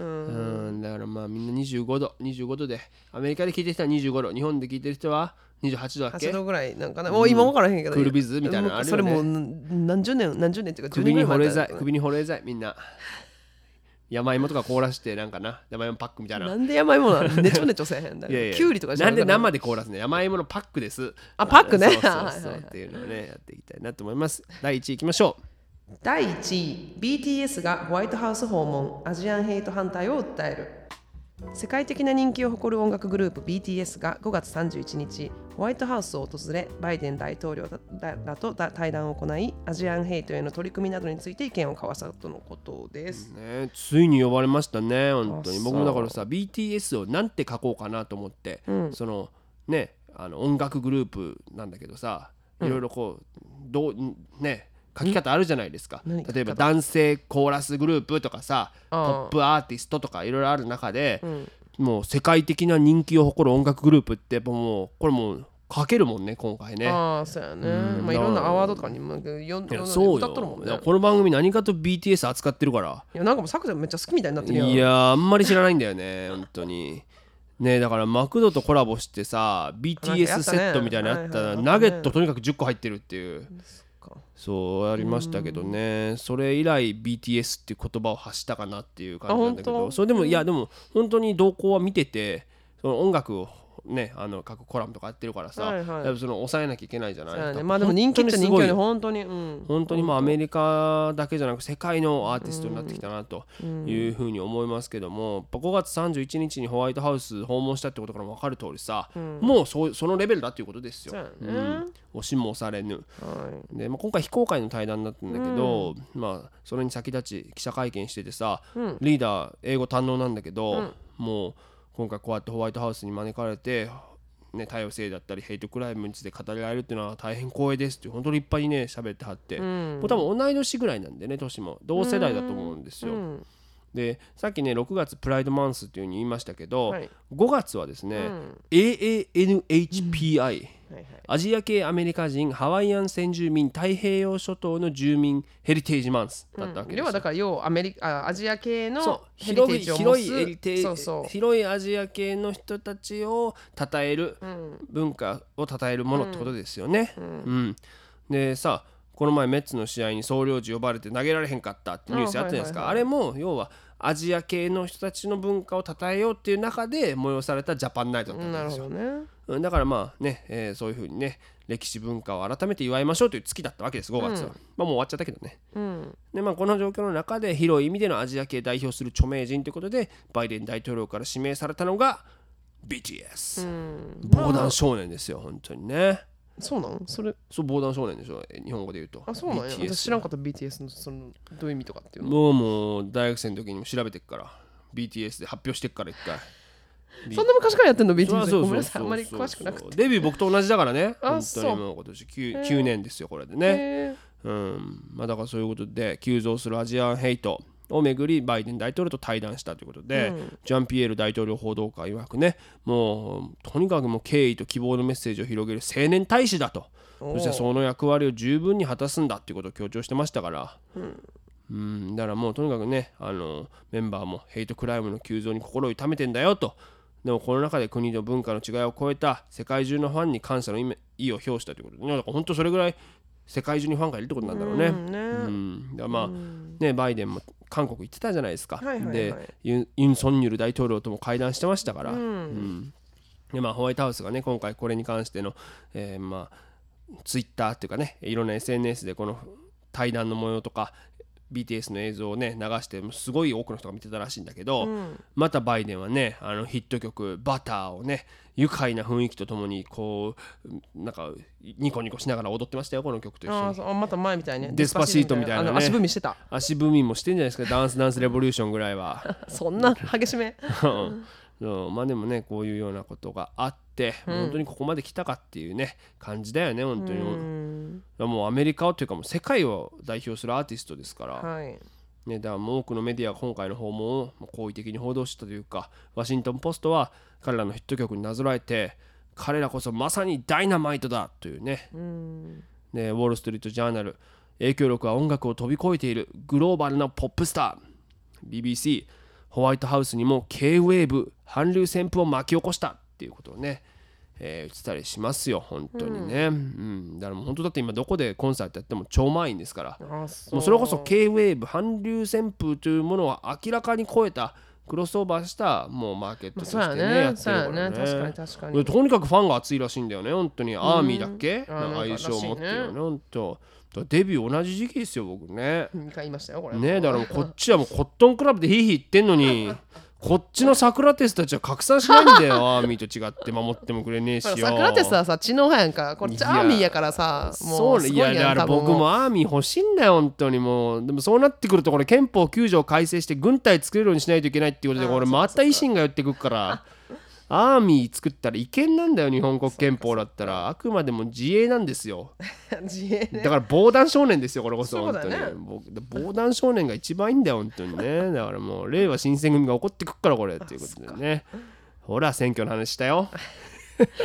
うんだからまあみんなにじゅうごどにじゅうごどでアメリカで聞いてる人はにじゅうごど日本で聞いてる人はにじゅうはちどだっけはちどぐらいなんかな、もう今分からへんけどクールビズみたいなのあるよね。 それも何十年何十年っていうかじゅうねんぐらい前だったよね。 首に保冷剤みんな山芋とか凍らしてなんかな山芋パックみたいな。 なんで山芋なのねちょねちょせえへんだよ。いやいやキュウリとかじゃなんで生で凍らすね山芋のパックです。 あパックねそうそうそうっていうのをねやっていきたいなと思います。だいいちいいきましょう。 だいいちい ビーティーエス がホワイトハウス訪問アジアンヘイト反対を訴える。世界的な人気を誇る音楽グループ ビーティーエス がごがつさんじゅういちにちホワイトハウスを訪れバイデン大統領らと対談を行いアジアンヘイトへの取り組みなどについて意見を交わしたとのことです、 ね、ついに呼ばれましたね本当に。僕もだからさ ビーティーエス をなんて書こうかなと思って、うん、そのねあの音楽グループなんだけどさいろいろこう、うん、どうね書き方あるじゃないですか。例えば男性コーラスグループとかさポップアーティストとかいろいろある中で、うん、もう世界的な人気を誇る音楽グループってやっぱもうこれもう書けるもんね今回ね。 ああそうやね、 うんまあいろんなアワードとかにもよんいやそう歌っとるもんね。 よこの番組何かと ビーティーエス 扱ってるから。 いやなんかもう作者めっちゃ好きみたいになってるやん。 いやあんまり知らないんだよね本当にね。だからマクドとコラボしてさ ビーティーエス セットみたいなのあったら、ナゲットとにかくじゅっこ入ってるっていう、そうありましたけどね。それ以来 ビーティーエス っていう言葉を発したかなっていう感じなんだけど、それでもいやでも本当に動向は見てて、その音楽をね、あの各コラムとかやってるからさ、はいはい、やっぱその抑えなきゃいけないじゃないですか。 まあでも人気っちゃ人気よね本当に、うん、 本当にもうアメリカだけじゃなく世界のアーティストになってきたなというふうに思いますけども、ごがつさんじゅういちにちにホワイトハウス訪問したってことからも分かる通りさ、うん、もう そ, そのレベルだっていうことですよ。そうやね、うん、押しも押されぬ、はい、で、まあ、今回非公開の対談だったんだけど、うん、まあそれに先立ち記者会見しててさ、うん、リーダー英語堪能なんだけど、うん、もう今回こうやってホワイトハウスに招かれてね、多様性だったりヘイトクライムについて語り合えるっていうのは大変光栄ですって本当に立派にね喋ってはって、うん、もう多分同い年ぐらいなんでね、年も同世代だと思うんですよ、うん、でさっきねろくがつプライドマンスっていう風に言いましたけど、はい、ごがつはですね、うん、エーエーエヌエイチピーアイ、うんはいはい、アジア系アメリカ人ハワイアン先住民太平洋諸島の住民ヘリテージマンスだったわけですよ、うん、要はだから要アメリカアジア系のヘリテージを持つ広いヘリテージ、そうそう広いアジア系の人たちを称える、うん、文化を称えるものってことですよね、うんうん、でさこの前メッツの試合に総領事呼ばれて投げられへんかったってニュースあったじゃないですか。 あ,、はいはいはい、あれも要はアジア系の人たちの文化を称えようっていう中で催されたジャパンナイトだったんですよ。なるほどね。だからまあね、えー、そういう風にね歴史文化を改めて祝いましょうという月だったわけですごがつは、うんまあ、もう終わっちゃったけどね、うんでまあ、この状況の中で広い意味でのアジア系代表する著名人ということでバイデン大統領から指名されたのが ビーティーエス、うん、防弾少年ですよ本当にね。 そうなんそれそう防弾少年でしょ日本語で言うと。 あそうなんや。私知らんかった ビーティーエス のそのどういう意味とかっていうの。 もうもう大学生の時にも調べてっから ビーティーエス で発表してっから一回そんな昔からやってんの ビーティーエス。ごめんなさいあんまり詳しくなくて。 デビュー僕と同じだからね本当にもう今年 9, きゅうねんですよこれでね、うんまあ、だからそういうことで急増するアジアンヘイトをめぐりバイデン大統領と対談したということで、うん、ジャンピエール大統領報道官曰くねもうとにかくもう敬意と希望のメッセージを広げる青年大使だと、そしてその役割を十分に果たすんだっていうことを強調してましたから、うんうん、だからもうとにかくねあのメンバーもヘイトクライムの急増に心を痛めてんだよと。でもこの中で国と文化の違いを超えた世界中のファンに感謝の意を表したということで、ね、だから本当それぐらい世界中にファンがいるってことなんだろうね。うんね、うん、だからまあ、うんね、バイデンも韓国行ってたじゃないですか、はいはいはい、でユン、ユン・ソンニョル大統領とも会談してましたから、うんうんでまあ、ホワイトハウスがね今回これに関しての、えーまあ、ツイッターっていうかねいろんな エスエヌエス でこの対談の模様とかビーティーエス の映像をね流してすごい多くの人が見てたらしいんだけど、うん、またバイデンはねあのヒット曲バターをね愉快な雰囲気とともにこうなんかニコニコしながら踊ってましたよこの曲と一緒に。 ああまた前みたいねデスパシートみたいなね足踏みしてた。 足踏みもしてんじゃないですかダンスダンスレボリューションぐらいはそんな激しめそうまあでもねこういうようなことがあって、うん、本当にここまで来たかっていうね感じだよね本当に。うんもうアメリカをというかもう世界を代表するアーティストですから、はいね、だからもう多くのメディアが今回の訪問を好意的に報道したというかワシントンポストは彼らのヒット曲になぞらえて彼らこそまさにダイナマイトだというね、うんねウォールストリートジャーナル影響力は音楽を飛び越えているグローバルなポップスター ビービーシー ホワイトハウスにも K ウェーブ韓流旋風を巻き起こしたっていうことをねえー、言ってたりしますよ本当にね、うんうん、だからもう本当だって今どこでコンサートやっても超満員ですからもうそれこそ K ウェーブ韓流旋風というものは明らかに超えたクロスオーバーしたもうマーケットとしてね、まあ、やってるからね、 確かに確かにとにかくファンが熱いらしいんだよね本当に。アーミーだっけ相性を持ってるよね本当。デビュー同じ時期ですよ僕ね。 にかい言いましたよこれね。だからこっちはもうコットンクラブでヒーヒー言ってんのにこっちのサクラテスたちは拡散しないんだよアーミーと違って守ってもくれねえしよ。 サクラテスはさ知能派やんかこっちアーミーやからさもうすごいやん。 いやだから僕もアーミー欲しいんだよ本当にもう。でもそうなってくるとこれ憲法きゅうじょう改正して軍隊作れるようにしないといけないっていうことでこれまた維新が寄ってくるからアーミー作ったら違憲なんだよ日本国憲法だったら。あくまでも自衛なんですよ自衛、ね、 だから防弾少年ですよこれこそそうだ、ね、 本当に防弾少年が一番いいんだよ本当にね。だからもう令和新選組が怒ってくっからこれっていうことでね。ほら選挙の話したよ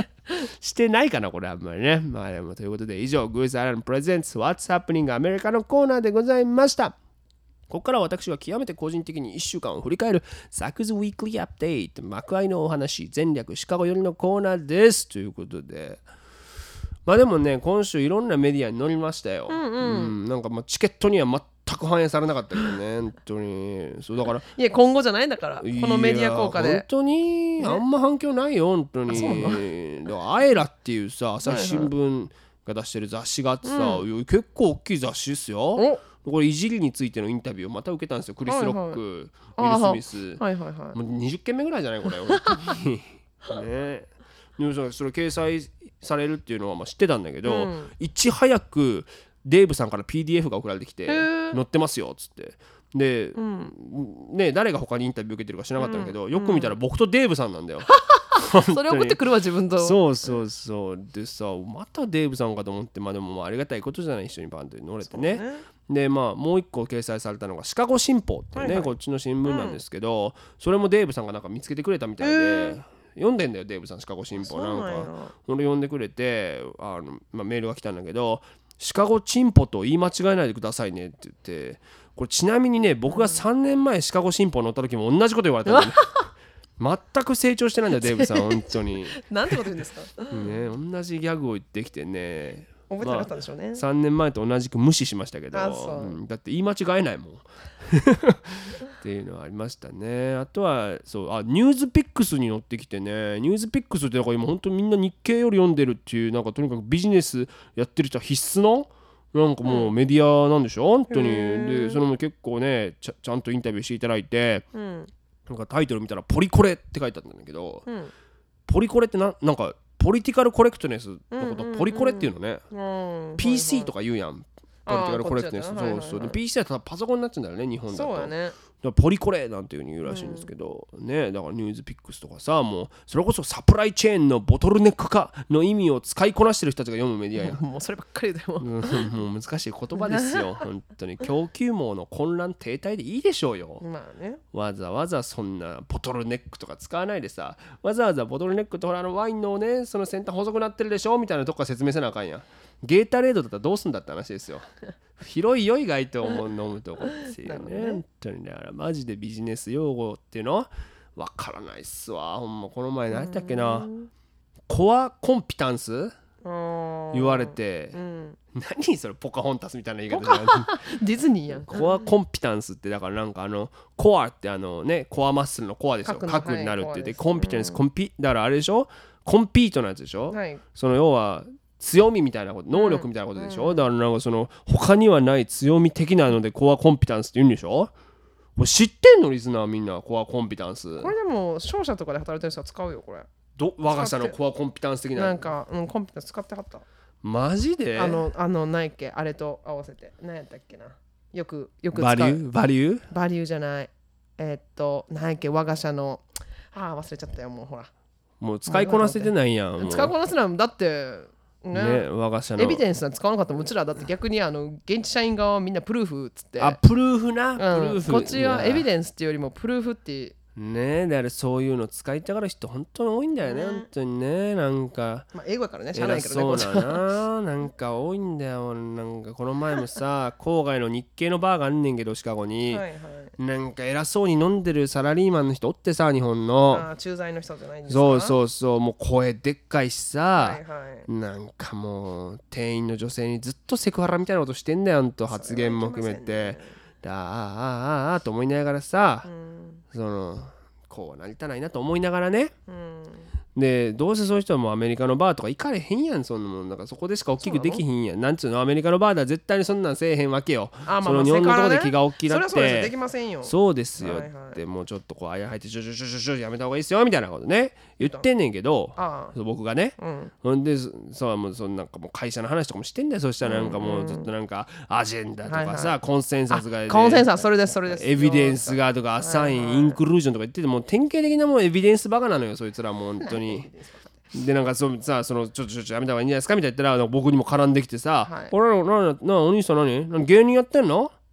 してないかなこれあんまりね。まあでもということで以上グースアイランドプレゼンツ What's Happening アメリカのコーナーでございました。ここから私は極めて個人的にいっしゅうかんを振り返るサクズウィークリーアップデート幕開のお話全略シカゴ寄りのコーナーですということで、まあでもね今週いろんなメディアに載りましたよ、 うんうんうん、なんかまあチケットには全く反映されなかったけどね本当にそうだからいや今後じゃないんだからこのメディア効果で本当に、ね、あんま反響ないよ本当に。だからアエラっていうさ朝日新聞が出してる雑誌があってさ、うん、結構大きい雑誌ですよ。これいじりについてのインタビューをまた受けたんですよ。クリス・ロック、はいはい、ウィル・スミス、はいはいはい、もうにじゅっけんめぐらいじゃないこれ本当にね。でもそれ掲載されるっていうのはまあ知ってたんだけど、うん、いち早くデーブさんから ピーディーエフ が送られてきて載ってますよっつってで、うん、ね誰が他にインタビュー受けてるか知らなかったんだけど、うん、よく見たら僕とデーブさんなんだよそれ送ってくるわ自分と。 そうそうそうでさまたデーブさんかと思って、まあでもまあありがたいことじゃない一緒にバンドに乗れてね。でまあもう一個掲載されたのがシカゴ新報っていうね、はいはい、こっちの新聞なんですけど、うん、それもデーブさんがなんか見つけてくれたみたいで、えー、読んでんだよデーブさんシカゴ新報なんかそれ読んでくれてあの、まあ、メールが来たんだけどシカゴチンポと言い間違えないでくださいねって言ってこれちなみにね僕がさんねんまえシカゴ新報載った時も同じこと言われたんだよね全く成長してないんだよデーブさん本当になんてこと言うんですかね同じギャグを言ってきてね覚えてなかったんでしょうね、 まあ、さんねんまえと同じく無視しましたけど、うん、だって言い間違えないもんっていうのはありましたね。あとはそうあニュースピックスに載ってきてねニュースピックスってなんか今本当にみんな日経より読んでるっていうなんかとにかくビジネスやってる人は必須のなんかもうメディアなんでしょ、うん、本当にでそれも結構ねち ゃ, ちゃんとインタビューしていただいて、うん、なんかタイトル見たらポリコレって書いてあったんだけど、うん、ポリコレって な, なんかポリティカルコレクトネスのことポリコレっていうのね、うんうん、ピーシー とか言うやんポリティカルコレクトネスそうそう、はいはいはい、ピーシー だとパソコンになっちゃうんだよね日本だと。そうだねポリコレなんていう風に言うらしいんですけど、うん、ねだからニュースピックスとかさもうそれこそサプライチェーンのボトルネック化の意味を使いこなしてる人たちが読むメディアやもうそればっかりだよ、うん、 もう難しい言葉ですよ本当に供給網の混乱停滞でいいでしょうよ、まあね、わざわざそんなボトルネックとか使わないでさわざわざボトルネックとほらあのワインのねその先端細くなってるでしょみたいなとこから説明せなあかんやん。ゲータレードだったらどうすんだって話ですよ広いよ意外と思う飲むとこですよね本当にだからマジでビジネス用語っていうのわからないっすわほんまこの前何だっけなコアコンピタンス言われて、うん、何それポカホンタスみたいな言い方じゃないディズニーやんコアコンピタンスってだからなんかあのコアってあのねコアマッスルのコアですよ核になるって言って、はい、コンピタンス、うん、コンピだからあれでしょコンピートのやつでしょ、はい、その要は強みみたいなこと能力みたいなことでしょ、うん、だからなんかその他にはない強み的なのでコアコンピタンスって言うんでしょ。もう知ってんのリスナーみんなコアコンピタンスこれでも商社とかで働いてる人は使うよこれど我が社のコアコンピタンス的ななんか、うん、コンピタンス使ってはったマジであのあの何やっけあれと合わせて何やったっけなよくよく使うバリューバリューバリューじゃないえー、っと何やっけ我が社のああ忘れちゃったよもうほらもう使いこなせてないやん使いこなせないだってねね、我が社のエビデンスは使わなかったもんうちらだって逆にあの現地社員側はみんなプルーフっつってあプルーフな、 うん、 プルーフこっちはエビデンスっていうよりもプルーフってねえだからそういうの使いたがる人本当に多いんだよね、うん、本当にねなんか、 まあ、英語やからねしゃあないけどねそうだななんか多いんだよなんかこの前もさ郊外の日系のバーがあんねんけどシカゴに、はいはい、なんか偉そうに飲んでるサラリーマンの人おってさ日本のあ駐在の人じゃないんですかそうそうそうもう声でっかいしさ、はいはい、なんかもう店員の女性にずっとセクハラみたいなことしてんだよんと発言も含めてああああああと思いながらさ、うん、そのこうなりたないなと思いながらね、うん、でどうせそういう人はもうアメリカのバーとか行かれへんやんそんなもんなんかそこでしか大きくできひんやんなんつうのアメリカのバーでは絶対にそんなんせえへんわけよあ、まあ、その日本のとこで気が大きなって、ね、それはそれできませんよそうですよ、はいはい、でもうちょっとこうあや入ってちょちょちょちょちょやめた方がいいですよみたいなことね言ってんねんけど僕がね、うん、ほんでそうもうそのなんかもう会社の話とかもしてんだよそしたらなんかもうずっとなんかアジェンダとかさ、はいはい、コンセンサスが、ね、 コンセンサスそれですそれですエビデンスがとかアサイン、はいはい、インクルージョンとか言っててもう典型的なもうエビデンスバカなのよそいつらもう本当にでなんかそさそのちょっとちょっとやめた方がいいんじゃないですかみたいな言ったら僕にも絡んできてさ、はい、俺らななお兄さん何何芸人やってんの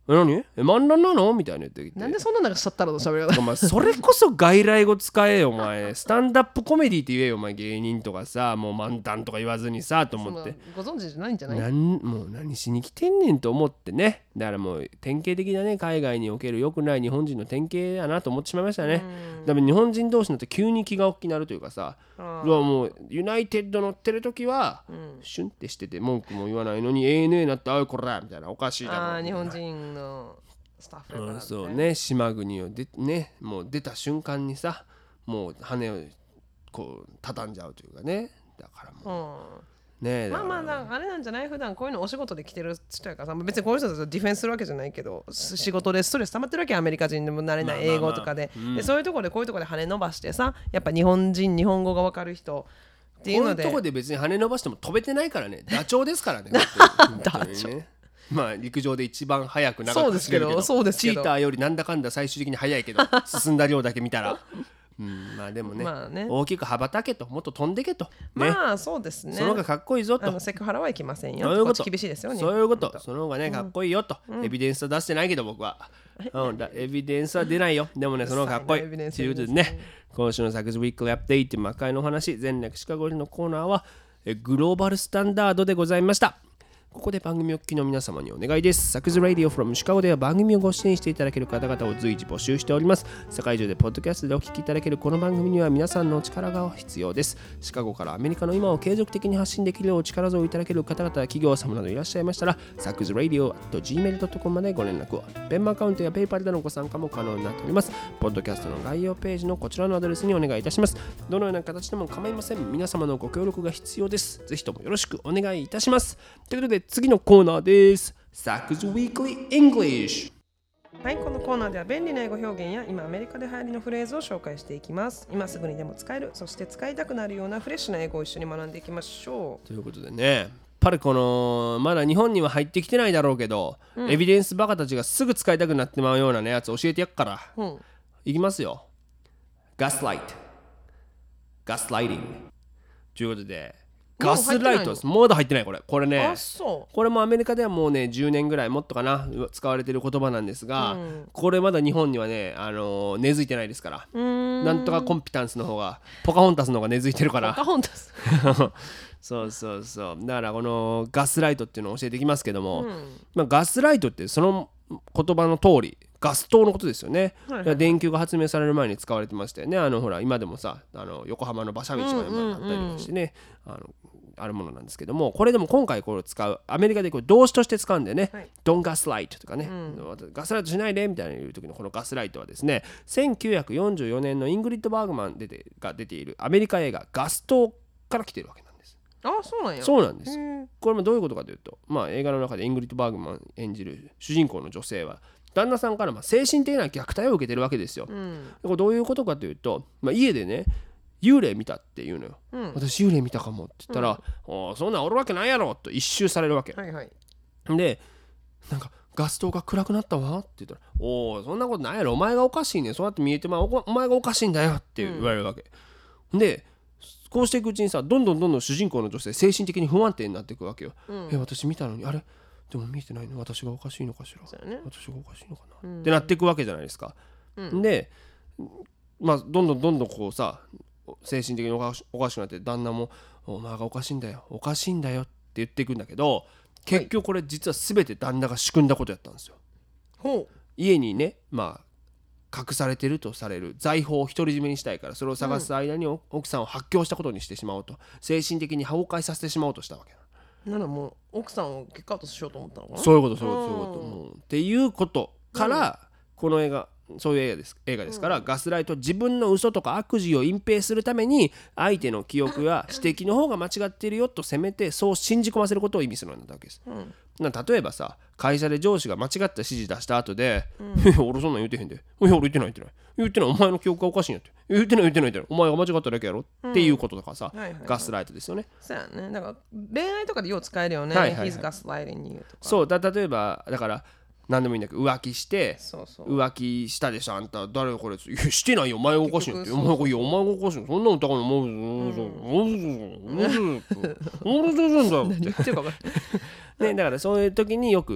え何え漫談なのみたいな言ってきて、 なんでそんななんかしちゃったらの喋り方お前それこそ外来語使えよお前スタンダップコメディって言えよお前芸人とかさもう漫談とか言わずにさと思ってご存知じゃないんじゃない？ なんもう何しに来てんねんと思ってねだからもう典型的なね海外における良くない日本人の典型やなと思ってしまいましたね。だから日本人同士になって急に気が大きくなるというかさもうユナイテッド乗ってる時は、うん、シュンってしてて文句も言わないのに エーエヌエー になってあいこらみたいなおかしいだろあ日本人のスタッフ、ねうん、そうね島国をでねもう出た瞬間にさもう羽をこう畳んじゃうというかねだからもう、うん、ねまあまああれなんじゃない普段こういうのお仕事で来てる人やからさ別にこういう人たちとディフェンスするわけじゃないけど仕事でストレス溜まってるわけアメリカ人でも慣れない英語とかで、まあまあまあうん、でそういうところでこういうところで羽伸ばしてさやっぱ日本人日本語が分かる人っていうのでこういうとこで別に羽伸ばしても飛べてないからねダチョウですからねダチョウまあ陸上で一番速く長く走れるけどそうですけどチーターよりなんだかんだ最終的に速いけど進んだ量だけ見たら、うん、まあでも ね,、まあ、ね大きく羽ばたけともっと飛んでけと、ね、 まあそうですねその方がかっこいいぞとあのセクハラはいきませんよそういうことこっち厳しいですよねそういうことその方がねかっこいいよと、うん、エビデンスは出してないけど僕は、うん、だエビデンスは出ないよでもねその方がかっこいいということでね今週のサクズウィークリーアップデート魔界のお話全略シカゴのコーナーはグローバルスタンダードでございました。ここで番組をお聞きの皆様にお願いです。サクズラディオ from シカゴでは番組をご支援していただける方々を随時募集しております。世界中でポッドキャストでお聞きいただけるこの番組には皆さんのお力が必要です。シカゴからアメリカの今を継続的に発信できるようお力添えいただける方々、企業様などいらっしゃいましたら、サクズラディオ アットジーメールドットコム までご連絡を。ペンマアカウントやペイパルでのご参加も可能になっております。ポッドキャストの概要ページのこちらのアドレスにお願いいたします。どのような形でも構いません。皆様のご協力が必要です。ぜひともよろしくお願いいたします。ということで次のコーナーです。サクズウィークリーイングリッシュ。はい、このコーナーでは便利な英語表現や今アメリカで流行りのフレーズを紹介していきます。今すぐにでも使える、そして使いたくなるようなフレッシュな英語を一緒に学んでいきましょう。 ということでね、やっぱりこのまだ日本には入ってきてないだろうけど、うん、エビデンスバカたちがすぐ使いたくなってまうようなねやつ教えてやっから、うん、いきますよ。ガスライトガスライティングということでガスライトです。まだ入ってないこれ。これね。 あ、そう。 これもアメリカではもうねじゅうねんぐらいもっとかな使われてる言葉なんですが、うん、これまだ日本にはね、あのー、根付いてないですから。んなんとかコンピタンスの方がポカホンタスの方が根付いてるから。 ポカホンタス。 そうそうそう。だからこのガスライトっていうのを教えていきますけども、うん、まあ、ガスライトってその言葉の通りガス灯のことですよね、はいはい、電球が発明される前に使われてましたよね。あのほら今でもさあの横浜の馬車道が今あったりとかしてね、うんうんうん、あのあるものなんですけども、これでも今回これを使うアメリカでこれ動詞として使うんでね、はい、Don't gaslight とかね、うん、ガスライトしないでみたいな言う時のこのガスライトはですね、せんきゅうひゃくよんじゅうよねんのイングリッド・バーグマンが出ているアメリカ映画ガス灯から来ているわけなんです。 あ、そうなんや。 そうなんです。これもどういうことかというと、まあ、映画の中でイングリッド・バーグマン演じる主人公の女性は旦那さんからまあ精神的な虐待を受けてるわけですよ、うん、これどういうことかというと、まあ、家でね幽霊見たって言うのよ、うん、私幽霊見たかもって言ったら、うん、そんなんおるわけないやろと一周されるわけ、 はいはい、 でなんかガス灯が暗くなったわって言ったら、おおそんなことないやろお前がおかしいねそうやって見えてまあ お, お前がおかしいんだよって言われるわけ、うん、でこうしていくうちにさどんどんどんどん主人公の女性精神的に不安定になっていくわけよ、うん、え私見たのにあれでも見えてないの私がおかしいのかしら、ね、私がおかしいのかな、うん、ってなっていくわけじゃないですか、うん、でまあどんどんどんどんこうさ精神的におかし、おかしくなって旦那もお前がおかしいんだよおかしいんだよって言っていくんだけど結局これ実は全て旦那が仕組んだことやったんですよ、 はい、 家にねまあ隠されてるとされる財宝を独り占めにしたいからそれを探す間に奥さんを発狂したことにしてしまおうと精神的に崩壊させてしまおうとしたわけなならもう奥さんをキックアウトしようと思ったのかな。 そういうことそういうことそういうこともうっていうことから、うん、この映画そういう映画です、映画ですから、うん、ガスライト自分の嘘とか悪事を隠蔽するために相手の記憶や指摘の方が間違っているよと責めてそう信じ込ませることを意味するようになったわけです、うん、な例えばさ会社で上司が間違った指示出した後で、うん、いや俺そんなん言うてへんでいや俺言ってない言ってない言ってないお前の記憶がおかしいんやって言ってない言ってない言ってないお前が間違っただけやろ、うん、っていうこととかさ、はいはいはい、ガスライトですよね。 そうやね。だから恋愛とかでよう使えるよね、はいはいはい、He's gaslighting you とかそうだ例えばだから何でもいいんだけど浮気してそうそう浮気したでしょあんた誰これいやしてないよお前がおかしいってお前がいやお前がおかしいそんなの高いのもう俺どうすんだよってねだからそういう時によく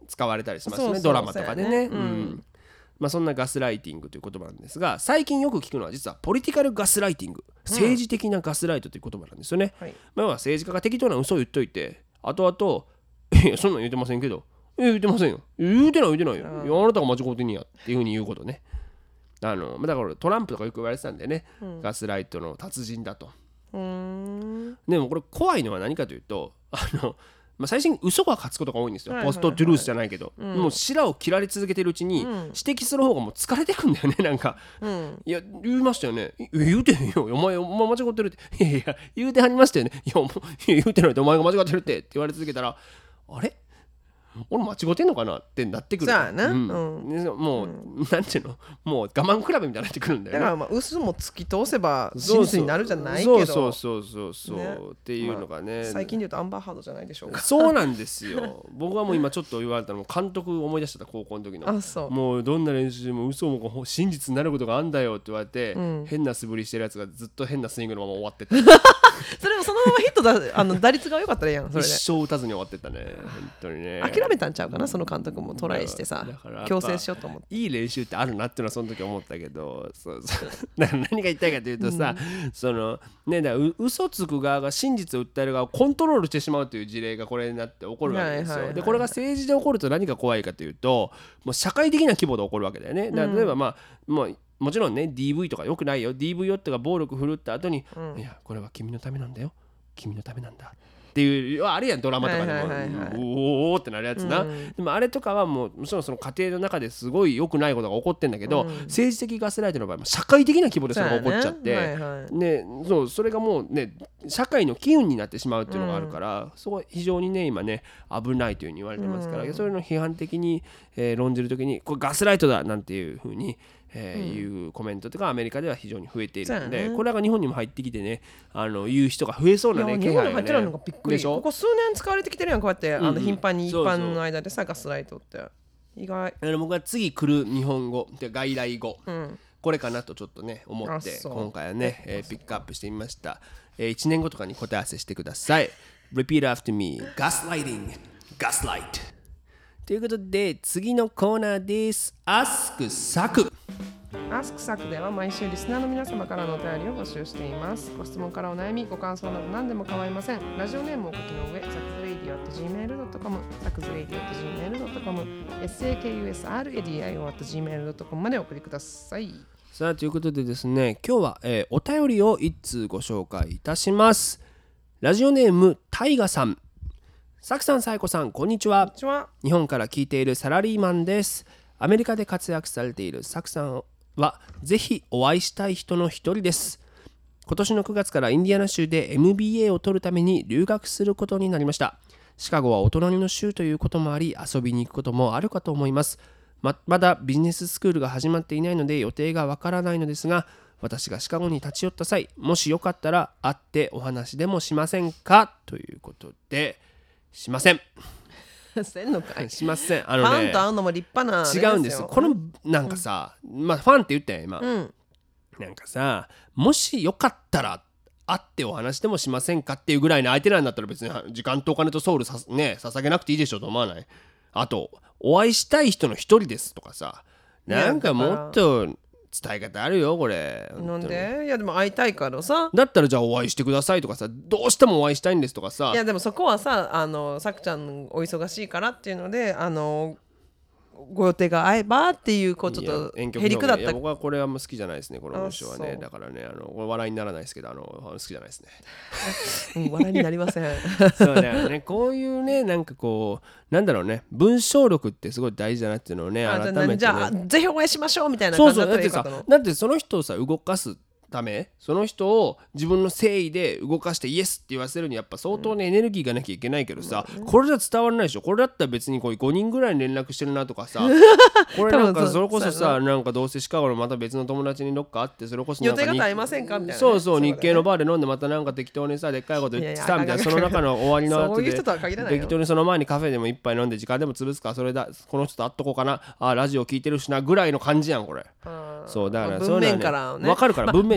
使われたりしますね。 そうそうドラマとかでね、 そうやね、うん、 まあ、そんなガスライティングという言葉なんですが、最近よく聞くのは実はポリティカルガスライティング、政治的なガスライトという言葉なんですよね、うん、まあ、政治家が適当な嘘を言っといて後々いやそんなん言うてませんけど、言うてませんよ、言うてない言うてないよ、うん、いやあなたが間違ってんねやっていうふうに言うことね。あのだからトランプとかよく言われてたんでね、うん、ガスライトの達人だと。うーん、でもこれ怖いのは何かというと、あのまあ、最初に嘘が勝つことが多いんですよ、はいはいはい、ポストトゥルースじゃないけど、うん、もう白を切られ続けてるうちに、うん、指摘する方がもう疲れてくんだよね。なんか、うん、いや言いましたよね、言うてへんよ、お前お前間違ってるって、いやいや言うてはりましたよね、いやもう言うてないとお前が間違ってるってって言われ続けたら、あれ俺間違ってんのかなってなってくる。そうやな、うんうん、もう、うん、なんていうの、もう我慢比べみたいになってくるんだよね。 だからまあ嘘も突き通せば真実になるじゃないけど、 そうそうそうそうそう、ね、っていうのがね、 まあ、最近で言うとアンバーハードじゃないでしょうか。 そうなんですよ僕はもう今ちょっと言われたの監督思い出してた、高校の時の。 あ、そう、 もうどんな練習でも嘘も真実になることがあんだよって言われて、うん、変な素振りしてるやつがずっと変なスイングのまま終わってたそれもそのままヒットだあの打率が良かったらいいやん。それで一生打たずに終わってったね、本当にね。 諦めたんちゃうかな、その監督もトライしてさ、強制しようと思って。 いい練習ってあるなっていうのはその時思ったけど、そうそうだから何が言いたいかというとさ、うん、そのね、だからう嘘つく側が真実を訴える側をコントロールしてしまうという事例がこれになって起こるわけですよ、はいはいはいはい、でこれが政治で起こると何が怖いかというと、もう社会的な規模で起こるわけだよね。だから例えばまあ、うん、もうもちろんね ディーブイ とかよくないよ、 ディーブイ 夫が暴力振るった後に、うん、いやこれは君のためなんだよ、君のためなんだっていうあれやん、ドラマとかでも、はいはいはいはい、おーってなるやつな、うん、でもあれとかはもうもちろんその家庭の中ですごい良くないことが起こってんだけど、うん、政治的ガスライトの場合も社会的な規模でそれが起こっちゃって、ねはいはいね、そうそれがもうね社会の機運になってしまうっていうのがあるから、うん、そこは非常にね今ね危ないというふうに言われてますから、うん、それの批判的に、えー、論じるときにこれガスライトだなんていうふうにえーうん、いうコメントとかアメリカでは非常に増えているので、ね、これが日本にも入ってきてね、あの言う人が増えそうなね気配がね。日本に入ってるのがびっくりでしょ。ここ数年使われてきてるやん、こうやって、うんうん、あの頻繁に一般の間でさ、ガスライトって意外。あの僕は次来る日本語で外来語、うん、これかなとちょっとね思って今回はね、えー、ピックアップしてみました、えー、いちねんごとかに答え合わせしてください。 Repeat after me. Gaslighting. Gaslight. ということで次のコーナーです。 Ask サク。 アスクサクでは毎週リスナーの皆様からのお便りを募集しています。ご質問からお悩み、ご感想など何でも構いません。ラジオネームをお書きの上、サクズレイディオ アット ジーメール ドット コム サクズレイディオ アット ジーメール ドット コム エスエーケーユーエスアールエーディーアイオー アット ジーメール ドット コム までお送りください。 さあということでですね、今日は、えー、お便りを一通ご紹介いたします。ラジオネームタイガさん。サクさん、サイコさん、こんにちは。 こんにちは。 日本から聞いているサラリーマンです。アメリカで活躍されているサクさんはぜひお会いしたい人の一人です。今年のくがつからインディアナ州で エムビーエー を取るために留学することになりました。シカゴはお隣の州ということもあり、遊びに行くこともあるかと思います。 ま, まだビジネススクールが始まっていないので予定がわからないのですが、私がシカゴに立ち寄った際、もしよかったら会ってお話でもしませんか、ということで、しませんせんのかい。 しません。あのね、 ファンと会うのも立派な、 ね、違うんです。このなんかさ、うん、まあファンって言ったやん今、うん、なんかさ、もしよかったら会ってお話でもしませんかっていうぐらいの相手なんだったら別に時間とお金とソウルさ、ね、捧げなくていいでしょと思わない？あとお会いしたい人の一人ですとかさ、なんかもっと伝え方あるよこれ。 なんで？いやでも会いたいからさ。 だったらじゃあお会いしてくださいとかさ、どうしてもお会いしたいんですとかさ。 いやでもそこはさ、あのさくちゃんお忙しいからっていうので、あのご予定が合えばっていうこうちょっとへりくだった。いや僕はこれはあんま好きじゃないですね、この文章はね。だからね、あのこれ笑いにならないですけど、あの好きじゃないですね、 うん、笑いになりませんそうだよね、こういうね、なんかこうなんだろうね、文章力ってすごい大事だなっていうのをね、改めてね、 じゃあぜひお会いしましょうみたいな感じだったらよかったの。 そうそう、だってさ、だってその人をさ動かすため、その人を自分の誠意で動かしてイエスって言わせるにやっぱ相当ね、エネルギーがなきゃいけないけどさ、うん、これじゃ伝わらないでしょ。これだったら別にこうごにんぐらいに連絡してるなとかさこれなんかそれこそさ、なんかどうせシカゴのまた別の友達にどっか会って、それこそなんか予定が合いませんかみたいな、ね、 そうそう、日系のバーで飲んでまたなんか適当にさでっかいこと言ってさみたいな、その中の終わりの後で適当にその前にカフェでも一杯飲んで時間でも潰すか、それだこの人と会っとこうかな、あラジオ聞いてるしなぐらいの感じやんこれ。そうだからそういうのはね、分かるから、文面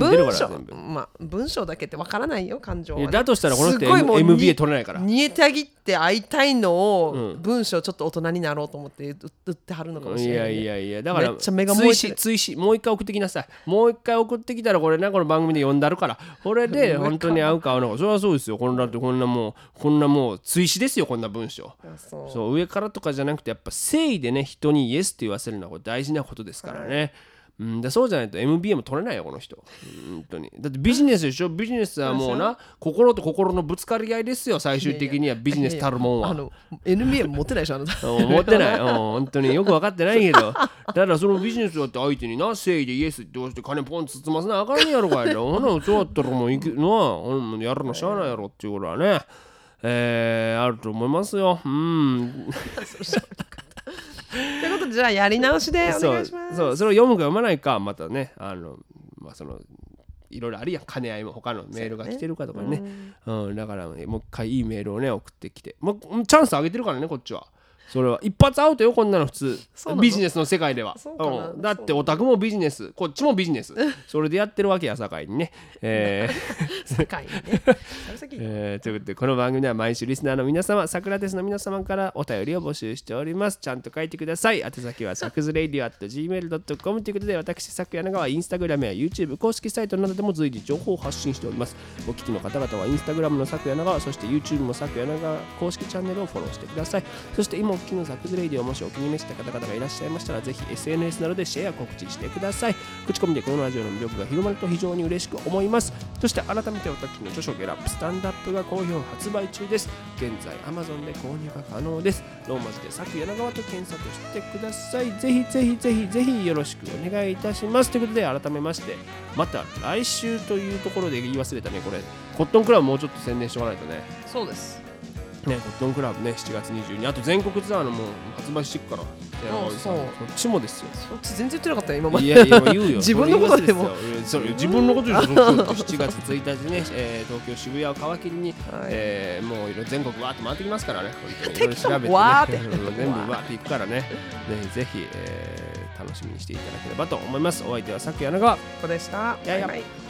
に出るから文章全部。 まあ文章だけってわからないよ感情は、ね、 いやだとしたらこの人すごいもうエムビーエー 取れないから。 煮えたぎって会いたいのを、 うん文章ちょっと大人になろうと思って売ってはるのかもしいれない、ね、 やいやいやだからめっちゃ目が燃えてる追試追試もう一回送ってきなさい。もう一回送ってきたらこれなこの番組で読んだるからこれで本当に合うか合うのかそれはそうですよ。こんなこんなもうこんなもう追試ですよこんな文章。 そうそう上からとかじゃなくてやっぱ誠意でね人にイエスって言わせるのはこれ大事なことですからね、はいうん、だそうじゃないと エムビーエー も取れないよこの人。本当にだってビジネスでしょ。ビジネスはもうな心と心のぶつかり合いですよ最終的にはビジネスたるもんは。 いやいやあの エヌビーエー 持ってないでしょあなた持ってないうん本当によく分かってないけどただそのビジネスだって相手にな誠意でイエスって言わせて金ポンと包ませなあかんやろかいなほなそうやったらもう行くのはやるのしゃあないやろっていうことはねえー、あると思いますよ。うんということでじゃあやり直しでお願いします。 そうそうそれを読むか読まないかまたねあのまあそのいろいろあるやん兼ね合いも他のメールが来てるかとかねう、ね、うん、だから、ね、もう一回いいメールをね送ってきてもうチャンスあげてるからねこっちは。それは一発アウトよこんなの普通ビジネスの世界ではう、ん、だってオタクもビジネスこっちもビジネスそれでやってるわけやさかいにね、えー世界にねえー、ということでこの番組では毎週リスナーの皆様サクラテスの皆様からお便りを募集しております。ちゃんと書いてください。宛先はサクズレイディオ アットジーメールドットコム ということで私サク柳川はインスタグラムや YouTube 公式サイトなどでも随時情報を発信しております。お聞きの方々はインスタグラムのサク柳川そして YouTube もサク柳川公式チャンネルをフォローしてください。そして今お聞きのサクズレイディオもしお気に召した方々がいらっしゃいましたらぜひ エスエヌエス などでシェア告知してください。口コミでこのラジオの魅力が広まると非常に嬉しく思います。そして改めて私の著書ゲラップスタンダップが好評発売中です。現在 Amazon で購入が可能です。ローマ字でサク柳川と検索してください。ぜひぜひぜひぜひよろしくお願いいたします。ということで改めましてまた来週というところで言い忘れたねこれコットンクラブもうちょっと宣伝しておかないとね。 そうですね、コットンクラブねしちがつにじゅうににちあと全国ツアーのもう発売していくからそうこっちもですよ。 そっち全然言ってなかったよ今まで。 いやいや言うよ自分のことでもそれ自分のことでしちがつついたちね、えー、東京渋谷を皮切りに、はいえー、もういろ全国わーって回ってきますからね本当にいろいろ調べて、ね、 わーって全部わーっていくからねぜひぜひ、えー、楽しみにしていただければと思います。お相手はさくやながここでした。 いやいやバイバイ。